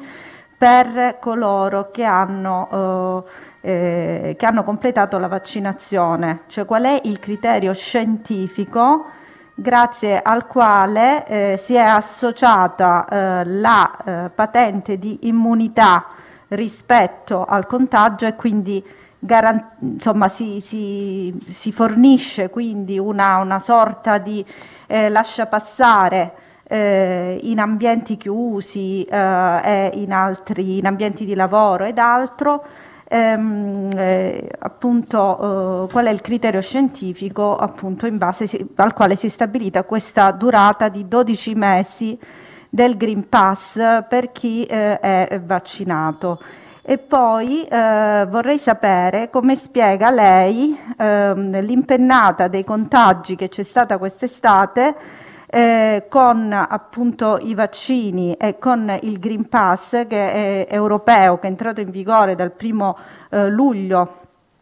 per coloro che hanno, uh, eh, che hanno completato la vaccinazione, cioè qual è il criterio scientifico grazie al quale eh, si è associata eh, la eh, patente di immunità rispetto al contagio e quindi garan- insomma, si, si, si fornisce quindi una, una sorta di eh, lasciapassare eh, in ambienti chiusi eh, e in altri in ambienti di lavoro ed altro. Ehm, eh, appunto eh, qual è il criterio scientifico appunto in base si, al quale si è stabilita questa durata di dodici mesi del Green Pass per chi eh, è vaccinato. E poi eh, vorrei sapere come spiega lei ehm, l'impennata dei contagi che c'è stata quest'estate eh, con appunto i vaccini e con il Green Pass che è europeo, che è entrato in vigore dal primo eh, luglio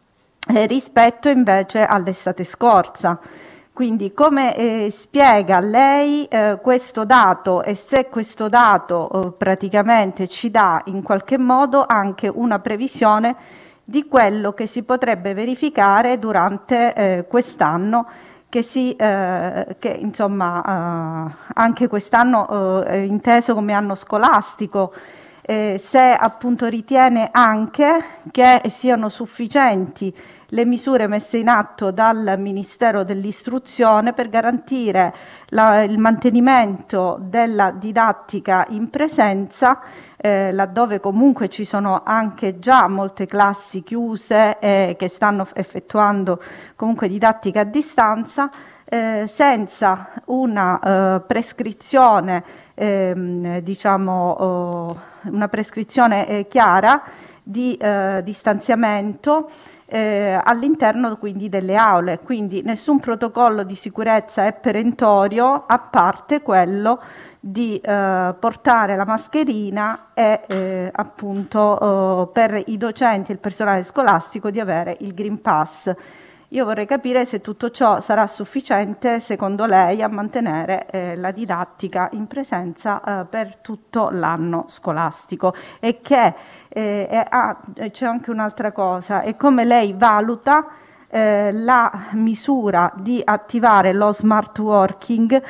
eh, rispetto invece all'estate scorsa. Quindi come eh, spiega lei eh, questo dato e se questo dato eh, praticamente ci dà in qualche modo anche una previsione di quello che si potrebbe verificare durante eh, quest'anno che si eh, che insomma eh, anche quest'anno eh, inteso come anno scolastico, eh, se appunto ritiene anche che siano sufficienti le misure messe in atto dal Ministero dell'Istruzione per garantire la, il mantenimento della didattica in presenza, eh, laddove comunque ci sono anche già molte classi chiuse eh, che stanno effettuando comunque didattica a distanza, eh, senza una eh, prescrizione, eh, diciamo, eh, una prescrizione eh, chiara di eh, distanziamento Eh, all'interno quindi delle aule, quindi nessun protocollo di sicurezza è perentorio a parte quello di eh, portare la mascherina e eh, appunto eh, per i docenti e il personale scolastico di avere il Green Pass. Io vorrei capire se tutto ciò sarà sufficiente secondo lei a mantenere eh, la didattica in presenza eh, per tutto l'anno scolastico e che eh, è, ah, c'è anche un'altra cosa, e come lei valuta eh, la misura di attivare lo smart working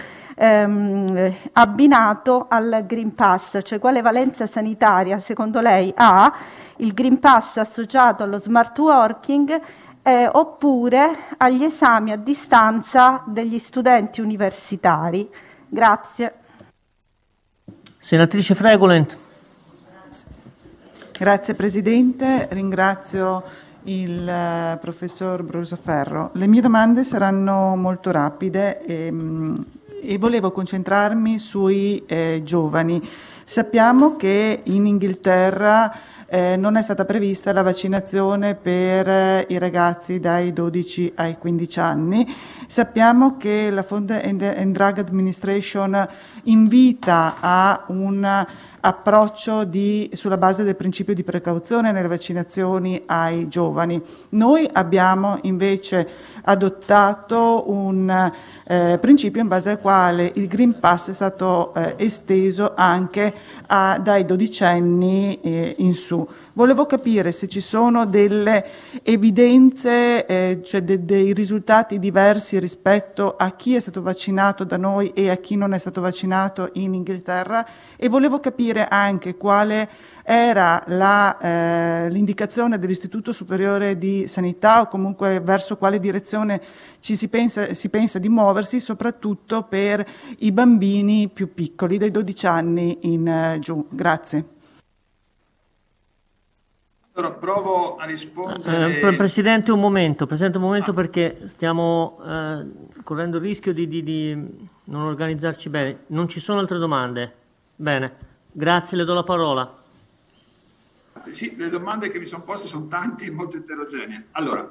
ehm, abbinato al Green Pass, cioè quale valenza sanitaria secondo lei ha il Green Pass associato allo smart working Eh, oppure agli esami a distanza degli studenti universitari. Grazie. Senatrice Fregolent. Grazie Presidente, ringrazio il uh, professor Brusaferro. Le mie domande saranno molto rapide e, mh, e volevo concentrarmi sui eh, giovani. Sappiamo che in Inghilterra Eh, non è stata prevista la vaccinazione per eh, i ragazzi dai dodici ai quindici anni. Sappiamo che la Food and, and Drug Administration invita a un approccio di, sulla base del principio di precauzione nelle vaccinazioni ai giovani. Noi abbiamo invece adottato un eh, principio in base al quale il Green Pass è stato eh, esteso anche a, dai dodicenni eh, in su. giù. Volevo capire se ci sono delle evidenze, eh, cioè de- dei risultati diversi rispetto a chi è stato vaccinato da noi e a chi non è stato vaccinato in Inghilterra, e volevo capire anche quale era la, eh, l'indicazione dell'Istituto Superiore di Sanità, o comunque verso quale direzione ci si pensa, si pensa di muoversi, soprattutto per i bambini più piccoli, dai dodici anni in eh, giù. Grazie. Allora provo a rispondere. Eh, Presidente, un momento, Presidente, un momento, perché stiamo eh, correndo il rischio di, di, di non organizzarci bene. Non ci sono altre domande? Bene, grazie, le do la parola. Sì, le domande che mi sono poste sono tante e molto eterogenee. Allora,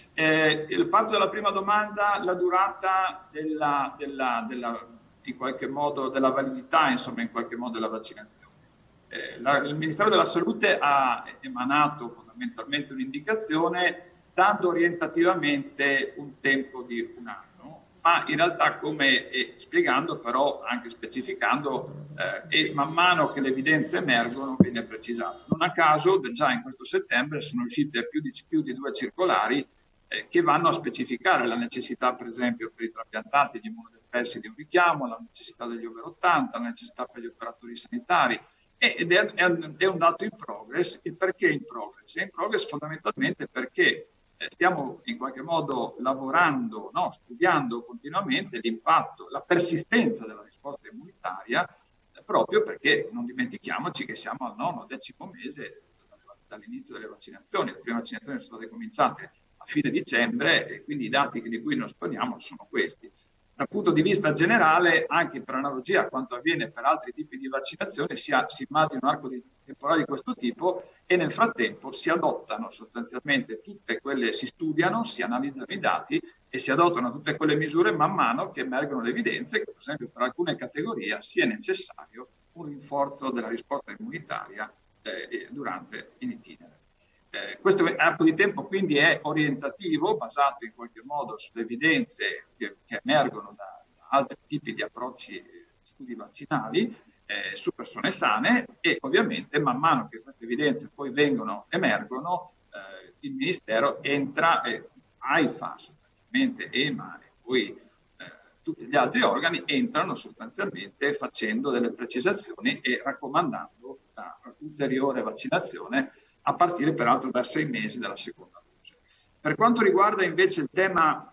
eh, parto dalla prima domanda, la durata della, della, della, in qualche modo, della validità, insomma, in qualche modo della vaccinazione. Eh, la, il Ministero della Salute ha emanato fondamentalmente un'indicazione dando orientativamente un tempo di un anno, ma in realtà, come eh, spiegando, però anche specificando, eh, e man mano che le evidenze emergono viene precisato. Non a caso già in questo settembre sono uscite più di, più di due circolari eh, che vanno a specificare la necessità, per esempio, per i trapiantati di immunodepressi di un richiamo, la necessità degli over ottanta, la necessità per gli operatori sanitari, ed è, è, un, è un dato in progress. E perché in progress? È in progress fondamentalmente perché eh, stiamo in qualche modo lavorando, no, studiando continuamente l'impatto, la persistenza della risposta immunitaria, eh, proprio perché non dimentichiamoci che siamo al nono, decimo mese dall'inizio delle vaccinazioni. Le prime vaccinazioni sono state cominciate a fine dicembre e quindi i dati di cui noi disponiamo sono questi. Dal punto di vista generale, anche per analogia a quanto avviene per altri tipi di vaccinazione, si, ha, si immagina un arco di temporale di questo tipo e nel frattempo si adottano sostanzialmente tutte quelle, si studiano, si analizzano i dati e si adottano tutte quelle misure man mano che emergono le evidenze che per esempio per alcune categorie sia necessario un rinforzo della risposta immunitaria eh, durante in itinere. Eh, questo arco di tempo quindi è orientativo, basato in qualche modo sulle evidenze che, che emergono da, da altri tipi di approcci, studi vaccinali eh, su persone sane, e ovviamente man mano che queste evidenze poi vengono, emergono, eh, il Ministero entra, eh, AIFA sostanzialmente, EMA e poi eh, tutti gli altri organi entrano sostanzialmente facendo delle precisazioni e raccomandando la ulteriore vaccinazione a partire peraltro da sei mesi dalla seconda dose. Per quanto riguarda invece il tema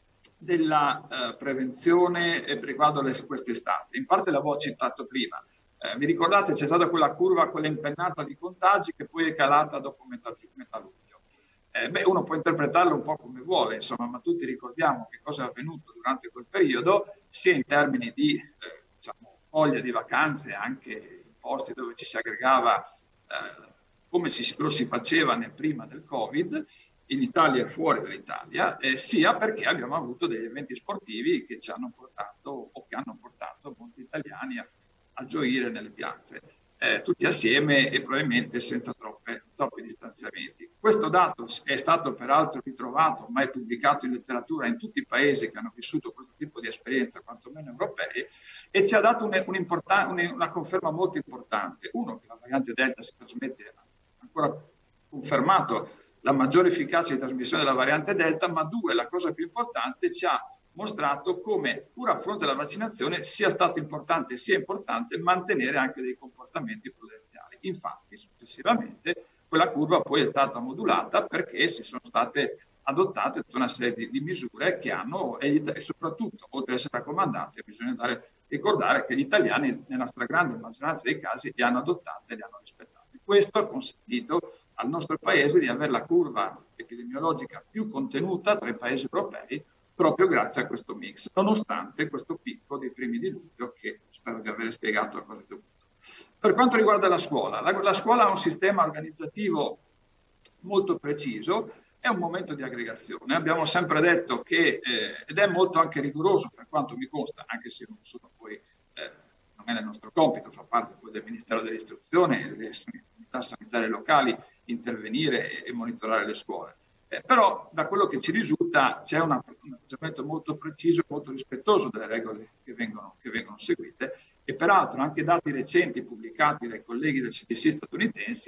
della eh, prevenzione e riguardo le, quest'estate, in parte l'avevo citato prima, eh, vi ricordate c'è stata quella curva, quella impennata di contagi che poi è calata dopo metà, metà luglio. Eh, beh, uno può interpretarlo un po' come vuole, insomma, ma tutti ricordiamo che cosa è avvenuto durante quel periodo, sia in termini di eh, diciamo, voglia di vacanze, anche in posti dove ci si aggregava eh, come si, lo si faceva nel prima del Covid, in Italia e fuori dall'Italia, eh, sia perché abbiamo avuto degli eventi sportivi che ci hanno portato o che hanno portato molti italiani a, a gioire nelle piazze, eh, tutti assieme e probabilmente senza troppe, troppi distanziamenti. Questo dato è stato peraltro ritrovato, ormai pubblicato in letteratura in tutti i paesi che hanno vissuto questo tipo di esperienza, quantomeno europei, e ci ha dato un, un un, una conferma molto importante. Uno, che la variante Delta si trasmette, ancora confermato la maggiore efficacia di trasmissione della variante Delta, ma due, la cosa più importante, ci ha mostrato come, pur a fronte della vaccinazione, sia stato importante, sia importante mantenere anche dei comportamenti prudenziali. Infatti, successivamente, quella curva poi è stata modulata perché si sono state adottate tutta una serie di, di misure che hanno, e, e soprattutto, oltre ad essere raccomandate, bisogna dare, ricordare che gli italiani, nella stragrande maggioranza dei casi, li hanno adottate e li hanno rispettate. Questo ha consentito al nostro paese di avere la curva epidemiologica più contenuta tra i paesi europei, proprio grazie a questo mix, nonostante questo picco dei primi di luglio che spero di aver spiegato a cosa dovuto. Per quanto riguarda la scuola, la, la scuola ha un sistema organizzativo molto preciso, è un momento di aggregazione. Abbiamo sempre detto che, eh, ed è molto anche rigoroso per quanto mi consta, anche se non sono poi, eh, non è nel nostro compito, fa parte poi del Ministero dell'Istruzione e delle unità sanitarie locali intervenire e, e monitorare le scuole. Eh, però da quello che ci risulta c'è una, un atteggiamento molto preciso, molto rispettoso delle regole che vengono, che vengono seguite, e peraltro anche dati recenti pubblicati dai colleghi del C D C statunitensi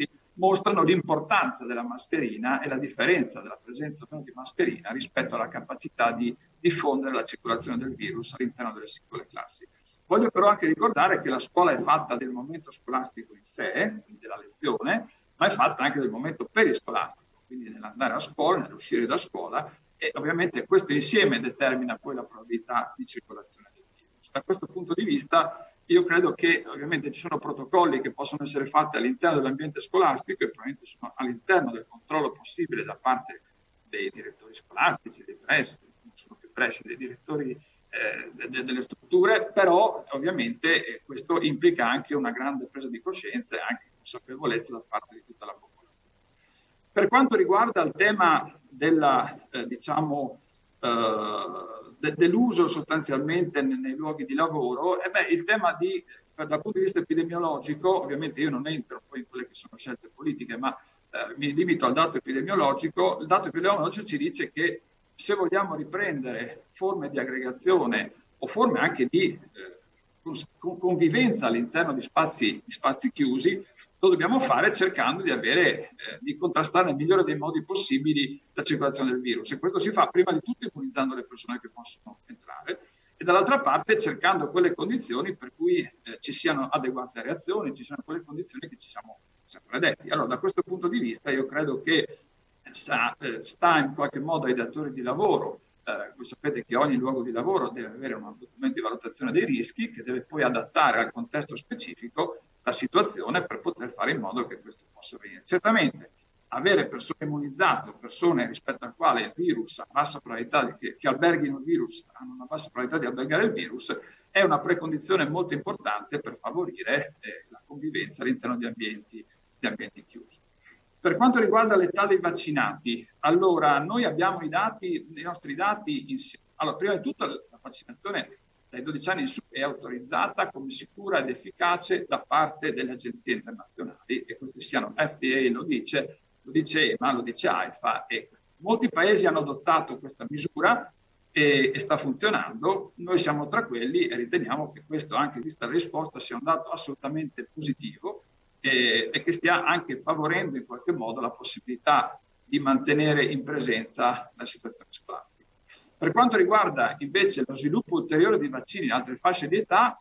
mostrano l'importanza della mascherina e la differenza della presenza di mascherina rispetto alla capacità di diffondere la circolazione del virus all'interno delle singole classi. Voglio però anche ricordare che la scuola è fatta del momento scolastico in sé, quindi della lezione, ma è fatta anche del momento periscolastico, quindi nell'andare a scuola, nell'uscire da scuola, e ovviamente questo insieme determina poi la probabilità di circolazione del virus. Da questo punto di vista io credo che ovviamente ci sono protocolli che possono essere fatti all'interno dell'ambiente scolastico e probabilmente sono all'interno del controllo possibile da parte dei direttori scolastici, dei presidi, non sono più presidi, dei direttori eh, de- de- delle strutture, però ovviamente eh, questo implica anche una grande presa di coscienza e anche consapevolezza da parte di tutta la popolazione. Per quanto riguarda il tema della, eh, diciamo, eh, de- dell'uso sostanzialmente nei, nei luoghi di lavoro, eh beh, il tema di, dal punto di vista epidemiologico, ovviamente io non entro poi in quelle che sono scelte politiche, ma eh, mi limito al dato epidemiologico. Il dato epidemiologico ci dice che se vogliamo riprendere forme di aggregazione o forme anche di eh, convivenza all'interno di spazi, di spazi chiusi, lo dobbiamo fare cercando di avere, eh, di contrastare nel migliore dei modi possibili la circolazione del virus. E questo si fa prima di tutto immunizzando le persone che possono entrare e dall'altra parte cercando quelle condizioni per cui eh, ci siano adeguate reazioni, ci siano quelle condizioni che ci siamo sempre detti. Allora, da questo punto di vista io credo che sta, eh, sta in qualche modo ai datori di lavoro. Eh, voi sapete che ogni luogo di lavoro deve avere un documento di valutazione dei rischi che deve poi adattare al contesto specifico la situazione per poter fare in modo che questo possa avvenire. Certamente avere persone immunizzate, persone rispetto al quale il virus ha bassa probabilità di, che, che alberghino il virus, hanno una bassa probabilità di albergare il virus, è una precondizione molto importante per favorire eh, la convivenza all'interno di ambienti, di ambienti chiusi. Per quanto riguarda l'età dei vaccinati, allora noi abbiamo i dati, i nostri dati insieme. Allora, prima di tutto la vaccinazione dai dodici anni in su è autorizzata come sicura ed efficace da parte delle agenzie internazionali, e questi siano F D A lo dice, lo dice E M A, lo dice AIFA, e molti paesi hanno adottato questa misura e, e sta funzionando. Noi siamo tra quelli e riteniamo che questo, anche vista la risposta, sia un dato assolutamente positivo e, e che stia anche favorendo in qualche modo la possibilità di mantenere in presenza la situazione scolastica. Per quanto riguarda invece lo sviluppo ulteriore di vaccini in altre fasce di età,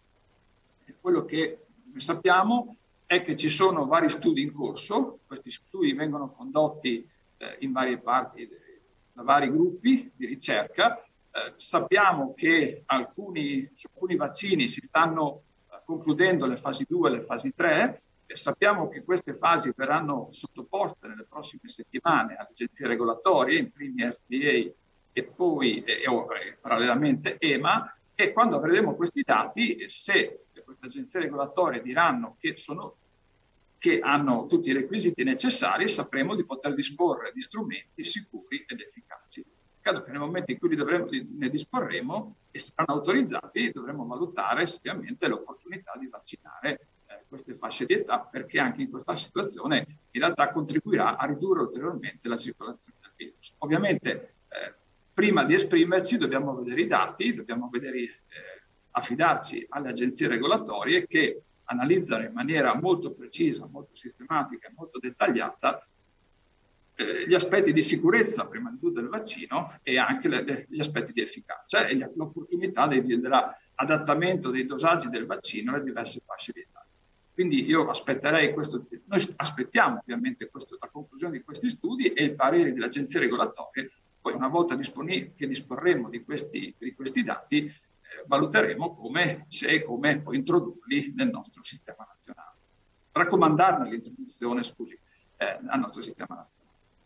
quello che sappiamo è che ci sono vari studi in corso. Questi studi vengono condotti eh, in varie parti da vari gruppi di ricerca. Eh, sappiamo che alcuni, su alcuni vaccini si stanno eh, concludendo le fasi due e le fasi tre. E sappiamo che queste fasi verranno sottoposte nelle prossime settimane alle agenzie regolatorie, in primi F D A e poi eh, eh, parallelamente E M A, e quando avremo questi dati, se queste agenzie regolatorie diranno che, sono, che hanno tutti i requisiti necessari, sapremo di poter disporre di strumenti sicuri ed efficaci. Credo che nel momento in cui li dovremo, ne disporremo e saranno autorizzati, dovremo valutare seriamente l'opportunità di vaccinare eh, queste fasce di età, perché anche in questa situazione in realtà contribuirà a ridurre ulteriormente la circolazione del virus. Ovviamente eh, prima di esprimerci dobbiamo vedere i dati, dobbiamo vedere, eh, affidarci alle agenzie regolatorie che analizzano in maniera molto precisa, molto sistematica e molto dettagliata eh, gli aspetti di sicurezza, prima di tutto del vaccino, e anche le, le, gli aspetti di efficacia e l'opportunità dell'adattamento dei dosaggi del vaccino alle diverse fasce di età. Quindi io aspetterei questo, noi aspettiamo ovviamente questo, la conclusione di questi studi e i pareri delle agenzie regolatorie. Poi una volta disponi- che disporremo di questi, di questi dati, eh, valuteremo come, se e come poi introdurli nel nostro sistema nazionale. Raccomandarne l'introduzione, scusi, eh, al nostro sistema nazionale.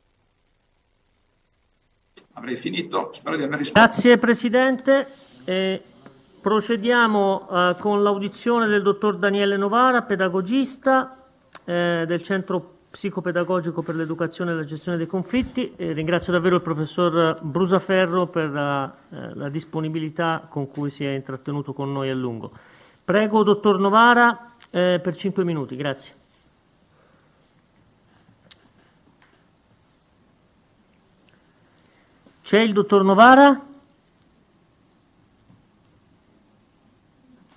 Avrei finito, spero di aver risposto. Grazie Presidente. Eh, procediamo eh, con l'audizione del dottor Daniele Novara, pedagogista eh, del Centro Psicopedagogico per l'Educazione e la Gestione dei Conflitti. E ringrazio davvero il professor Brusaferro per la, eh, la disponibilità con cui si è intrattenuto con noi a lungo. Prego, dottor Novara, eh, per cinque minuti. Grazie. C'è il dottor Novara?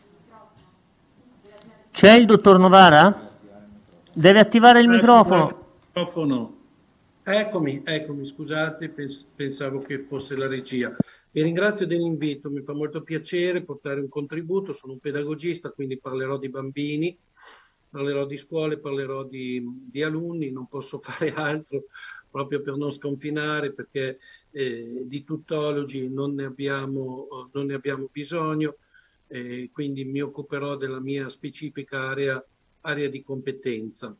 C'è il dottor Novara? Deve attivare il microfono. Microfono. Eccomi, eccomi, scusate, pens- pensavo che fosse la regia. Vi ringrazio dell'invito, mi fa molto piacere portare un contributo, sono un pedagogista, quindi parlerò di bambini, parlerò di scuole, parlerò di, di alunni, non posso fare altro proprio per non sconfinare, perché eh, di tuttologi non ne abbiamo, non ne abbiamo bisogno, eh, quindi mi occuperò della mia specifica area, area di competenza.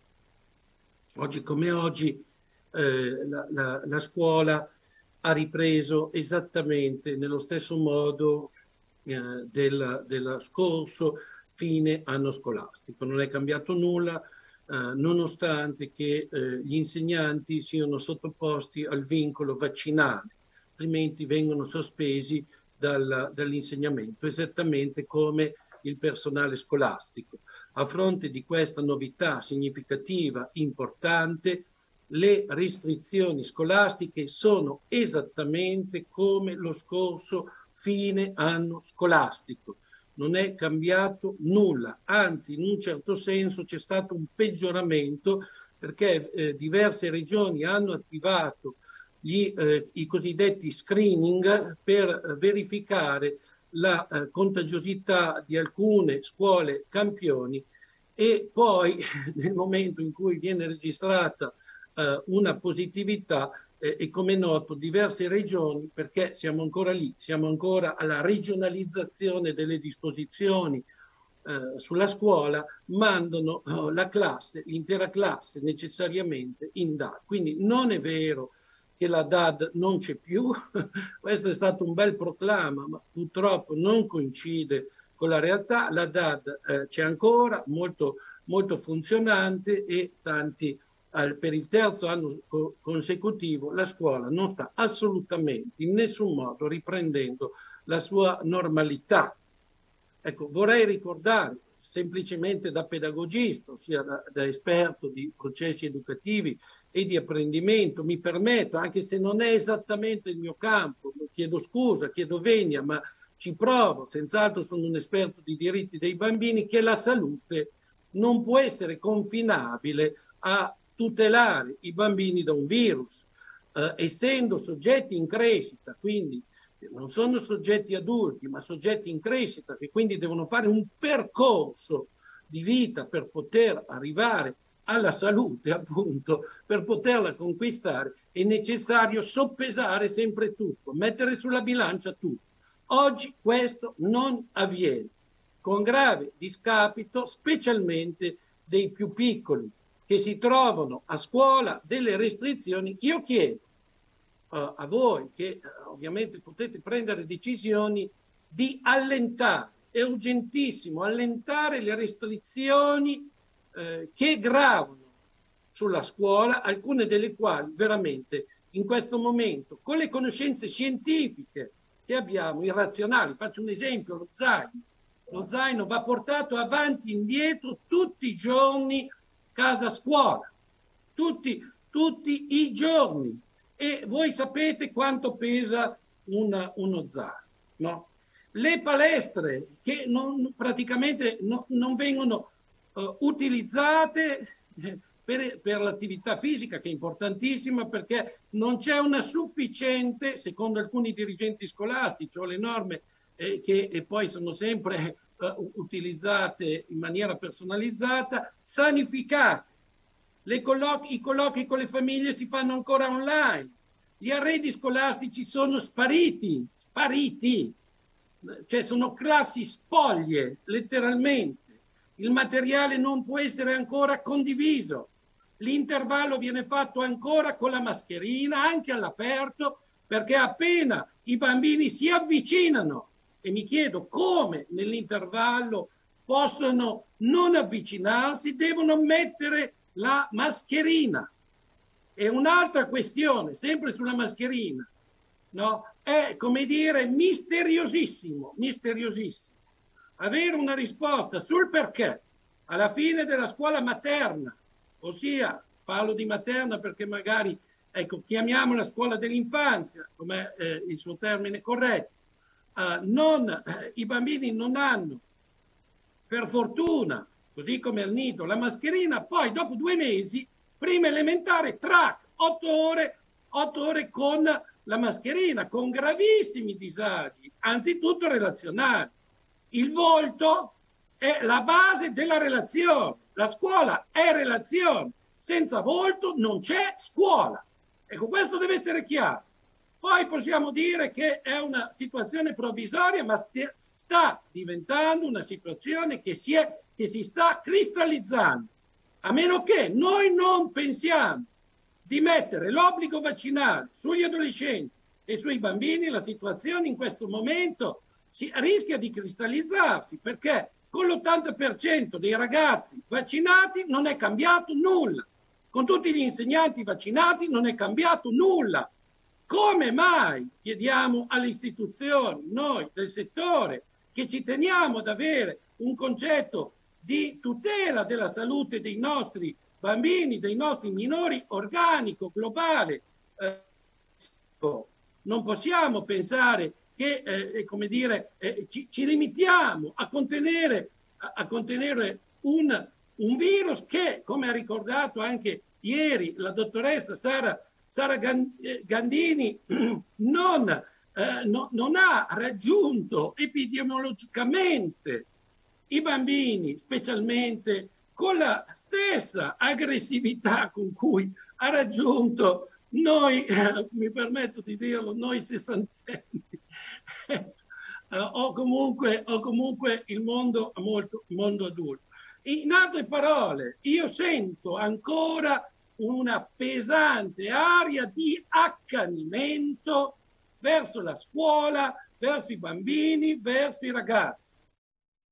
Oggi come oggi eh, la, la, la scuola ha ripreso esattamente nello stesso modo eh, del, del scorso fine anno scolastico. Non è cambiato nulla, eh, nonostante che eh, gli insegnanti siano sottoposti al vincolo vaccinale, altrimenti vengono sospesi dal, dall'insegnamento, esattamente come il personale scolastico. A fronte di questa novità significativa, importante, le restrizioni scolastiche sono esattamente come lo scorso fine anno scolastico. Non è cambiato nulla, anzi in un certo senso c'è stato un peggioramento, perché eh, diverse regioni hanno attivato gli, eh, i cosiddetti screening per eh, verificare la eh, contagiosità di alcune scuole campioni, e poi nel momento in cui viene registrata eh, una positività eh, e come è noto diverse regioni, perché siamo ancora lì, siamo ancora alla regionalizzazione delle disposizioni eh, sulla scuola, mandano eh, la classe, l'intera classe necessariamente in D A D. Quindi non è vero che la D A D non c'è più, questo è stato un bel proclama, ma purtroppo non coincide con la realtà. La D A D eh, c'è ancora, molto, molto funzionante, e tanti eh, per il terzo anno co- consecutivo la scuola non sta assolutamente, in nessun modo, riprendendo la sua normalità. Ecco, vorrei ricordare, semplicemente da pedagogista, ossia da, da esperto di processi educativi e di apprendimento, mi permetto, anche se non è esattamente il mio campo, chiedo scusa, chiedo venia, ma ci provo, senz'altro sono un esperto di diritti dei bambini, che la salute non può essere confinabile a tutelare i bambini da un virus, eh, essendo soggetti in crescita, quindi non sono soggetti adulti, ma soggetti in crescita, che quindi devono fare un percorso di vita per poter arrivare alla salute, appunto, per poterla conquistare, è necessario soppesare sempre tutto, mettere sulla bilancia tutto. Oggi questo non avviene, con grave discapito specialmente dei più piccoli, che si trovano a scuola delle restrizioni. Io chiedo uh, a voi, che uh, ovviamente potete prendere decisioni, di allentare, è urgentissimo allentare le restrizioni eh, che gravano sulla scuola, alcune delle quali veramente in questo momento, con le conoscenze scientifiche che abbiamo, irrazionali. Faccio un esempio: lo zaino. Lo zaino va portato avanti e indietro tutti i giorni casa scuola, tutti, tutti i giorni. E voi sapete quanto pesa una, uno zaino, no? Le palestre che non, praticamente no, non vengono uh, utilizzate eh, per, per l'attività fisica, che è importantissima, perché non c'è una sufficiente, secondo alcuni dirigenti scolastici, o le norme eh, che e poi sono sempre uh, utilizzate in maniera personalizzata, sanificate. Le colloqui, I colloqui con le famiglie si fanno ancora online. Gli arredi scolastici sono spariti, spariti. Cioè sono classi spoglie, letteralmente. Il materiale non può essere ancora condiviso. L'intervallo viene fatto ancora con la mascherina, anche all'aperto, perché appena i bambini si avvicinano, e mi chiedo come nell'intervallo possono non avvicinarsi, devono mettere la mascherina. E un'altra questione, sempre sulla mascherina, no? È, come dire, misteriosissimo, misteriosissimo. Avere una risposta sul perché alla fine della scuola materna, ossia, parlo di materna perché magari, ecco, chiamiamola scuola dell'infanzia, come eh, il suo termine corretto, eh, non, eh, i bambini non hanno, per fortuna, così come al nido, la mascherina, poi dopo due mesi prima elementare, track, otto ore, otto ore con la mascherina, con gravissimi disagi, anzitutto relazionali. Il volto è la base della relazione, la scuola è relazione, senza volto non c'è scuola. Ecco, questo deve essere chiaro. Poi possiamo dire che è una situazione provvisoria, ma st- sta diventando una situazione che si, è, che si sta cristallizzando. A meno che noi non pensiamo di mettere l'obbligo vaccinale sugli adolescenti e sui bambini, la situazione in questo momento si rischia di cristallizzarsi, perché con l'ottanta per cento dei ragazzi vaccinati non è cambiato nulla. Con tutti gli insegnanti vaccinati non è cambiato nulla. Come mai chiediamo alle istituzioni, noi del settore, che ci teniamo ad avere un concetto di tutela della salute dei nostri bambini, dei nostri minori, organico, globale? Eh, non possiamo pensare che eh, come dire, eh, ci, ci limitiamo a contenere, a, a contenere un, un virus che, come ha ricordato anche ieri la dottoressa Sara, Sara Gandini, non, eh, no, non ha raggiunto epidemiologicamente i bambini, specialmente con la stessa aggressività con cui ha raggiunto noi, eh, mi permetto di dirlo, noi sessantenni, eh, o, comunque, o comunque il mondo, molto, mondo adulto. In altre parole, io sento ancora una pesante aria di accanimento verso la scuola, verso i bambini, verso i ragazzi.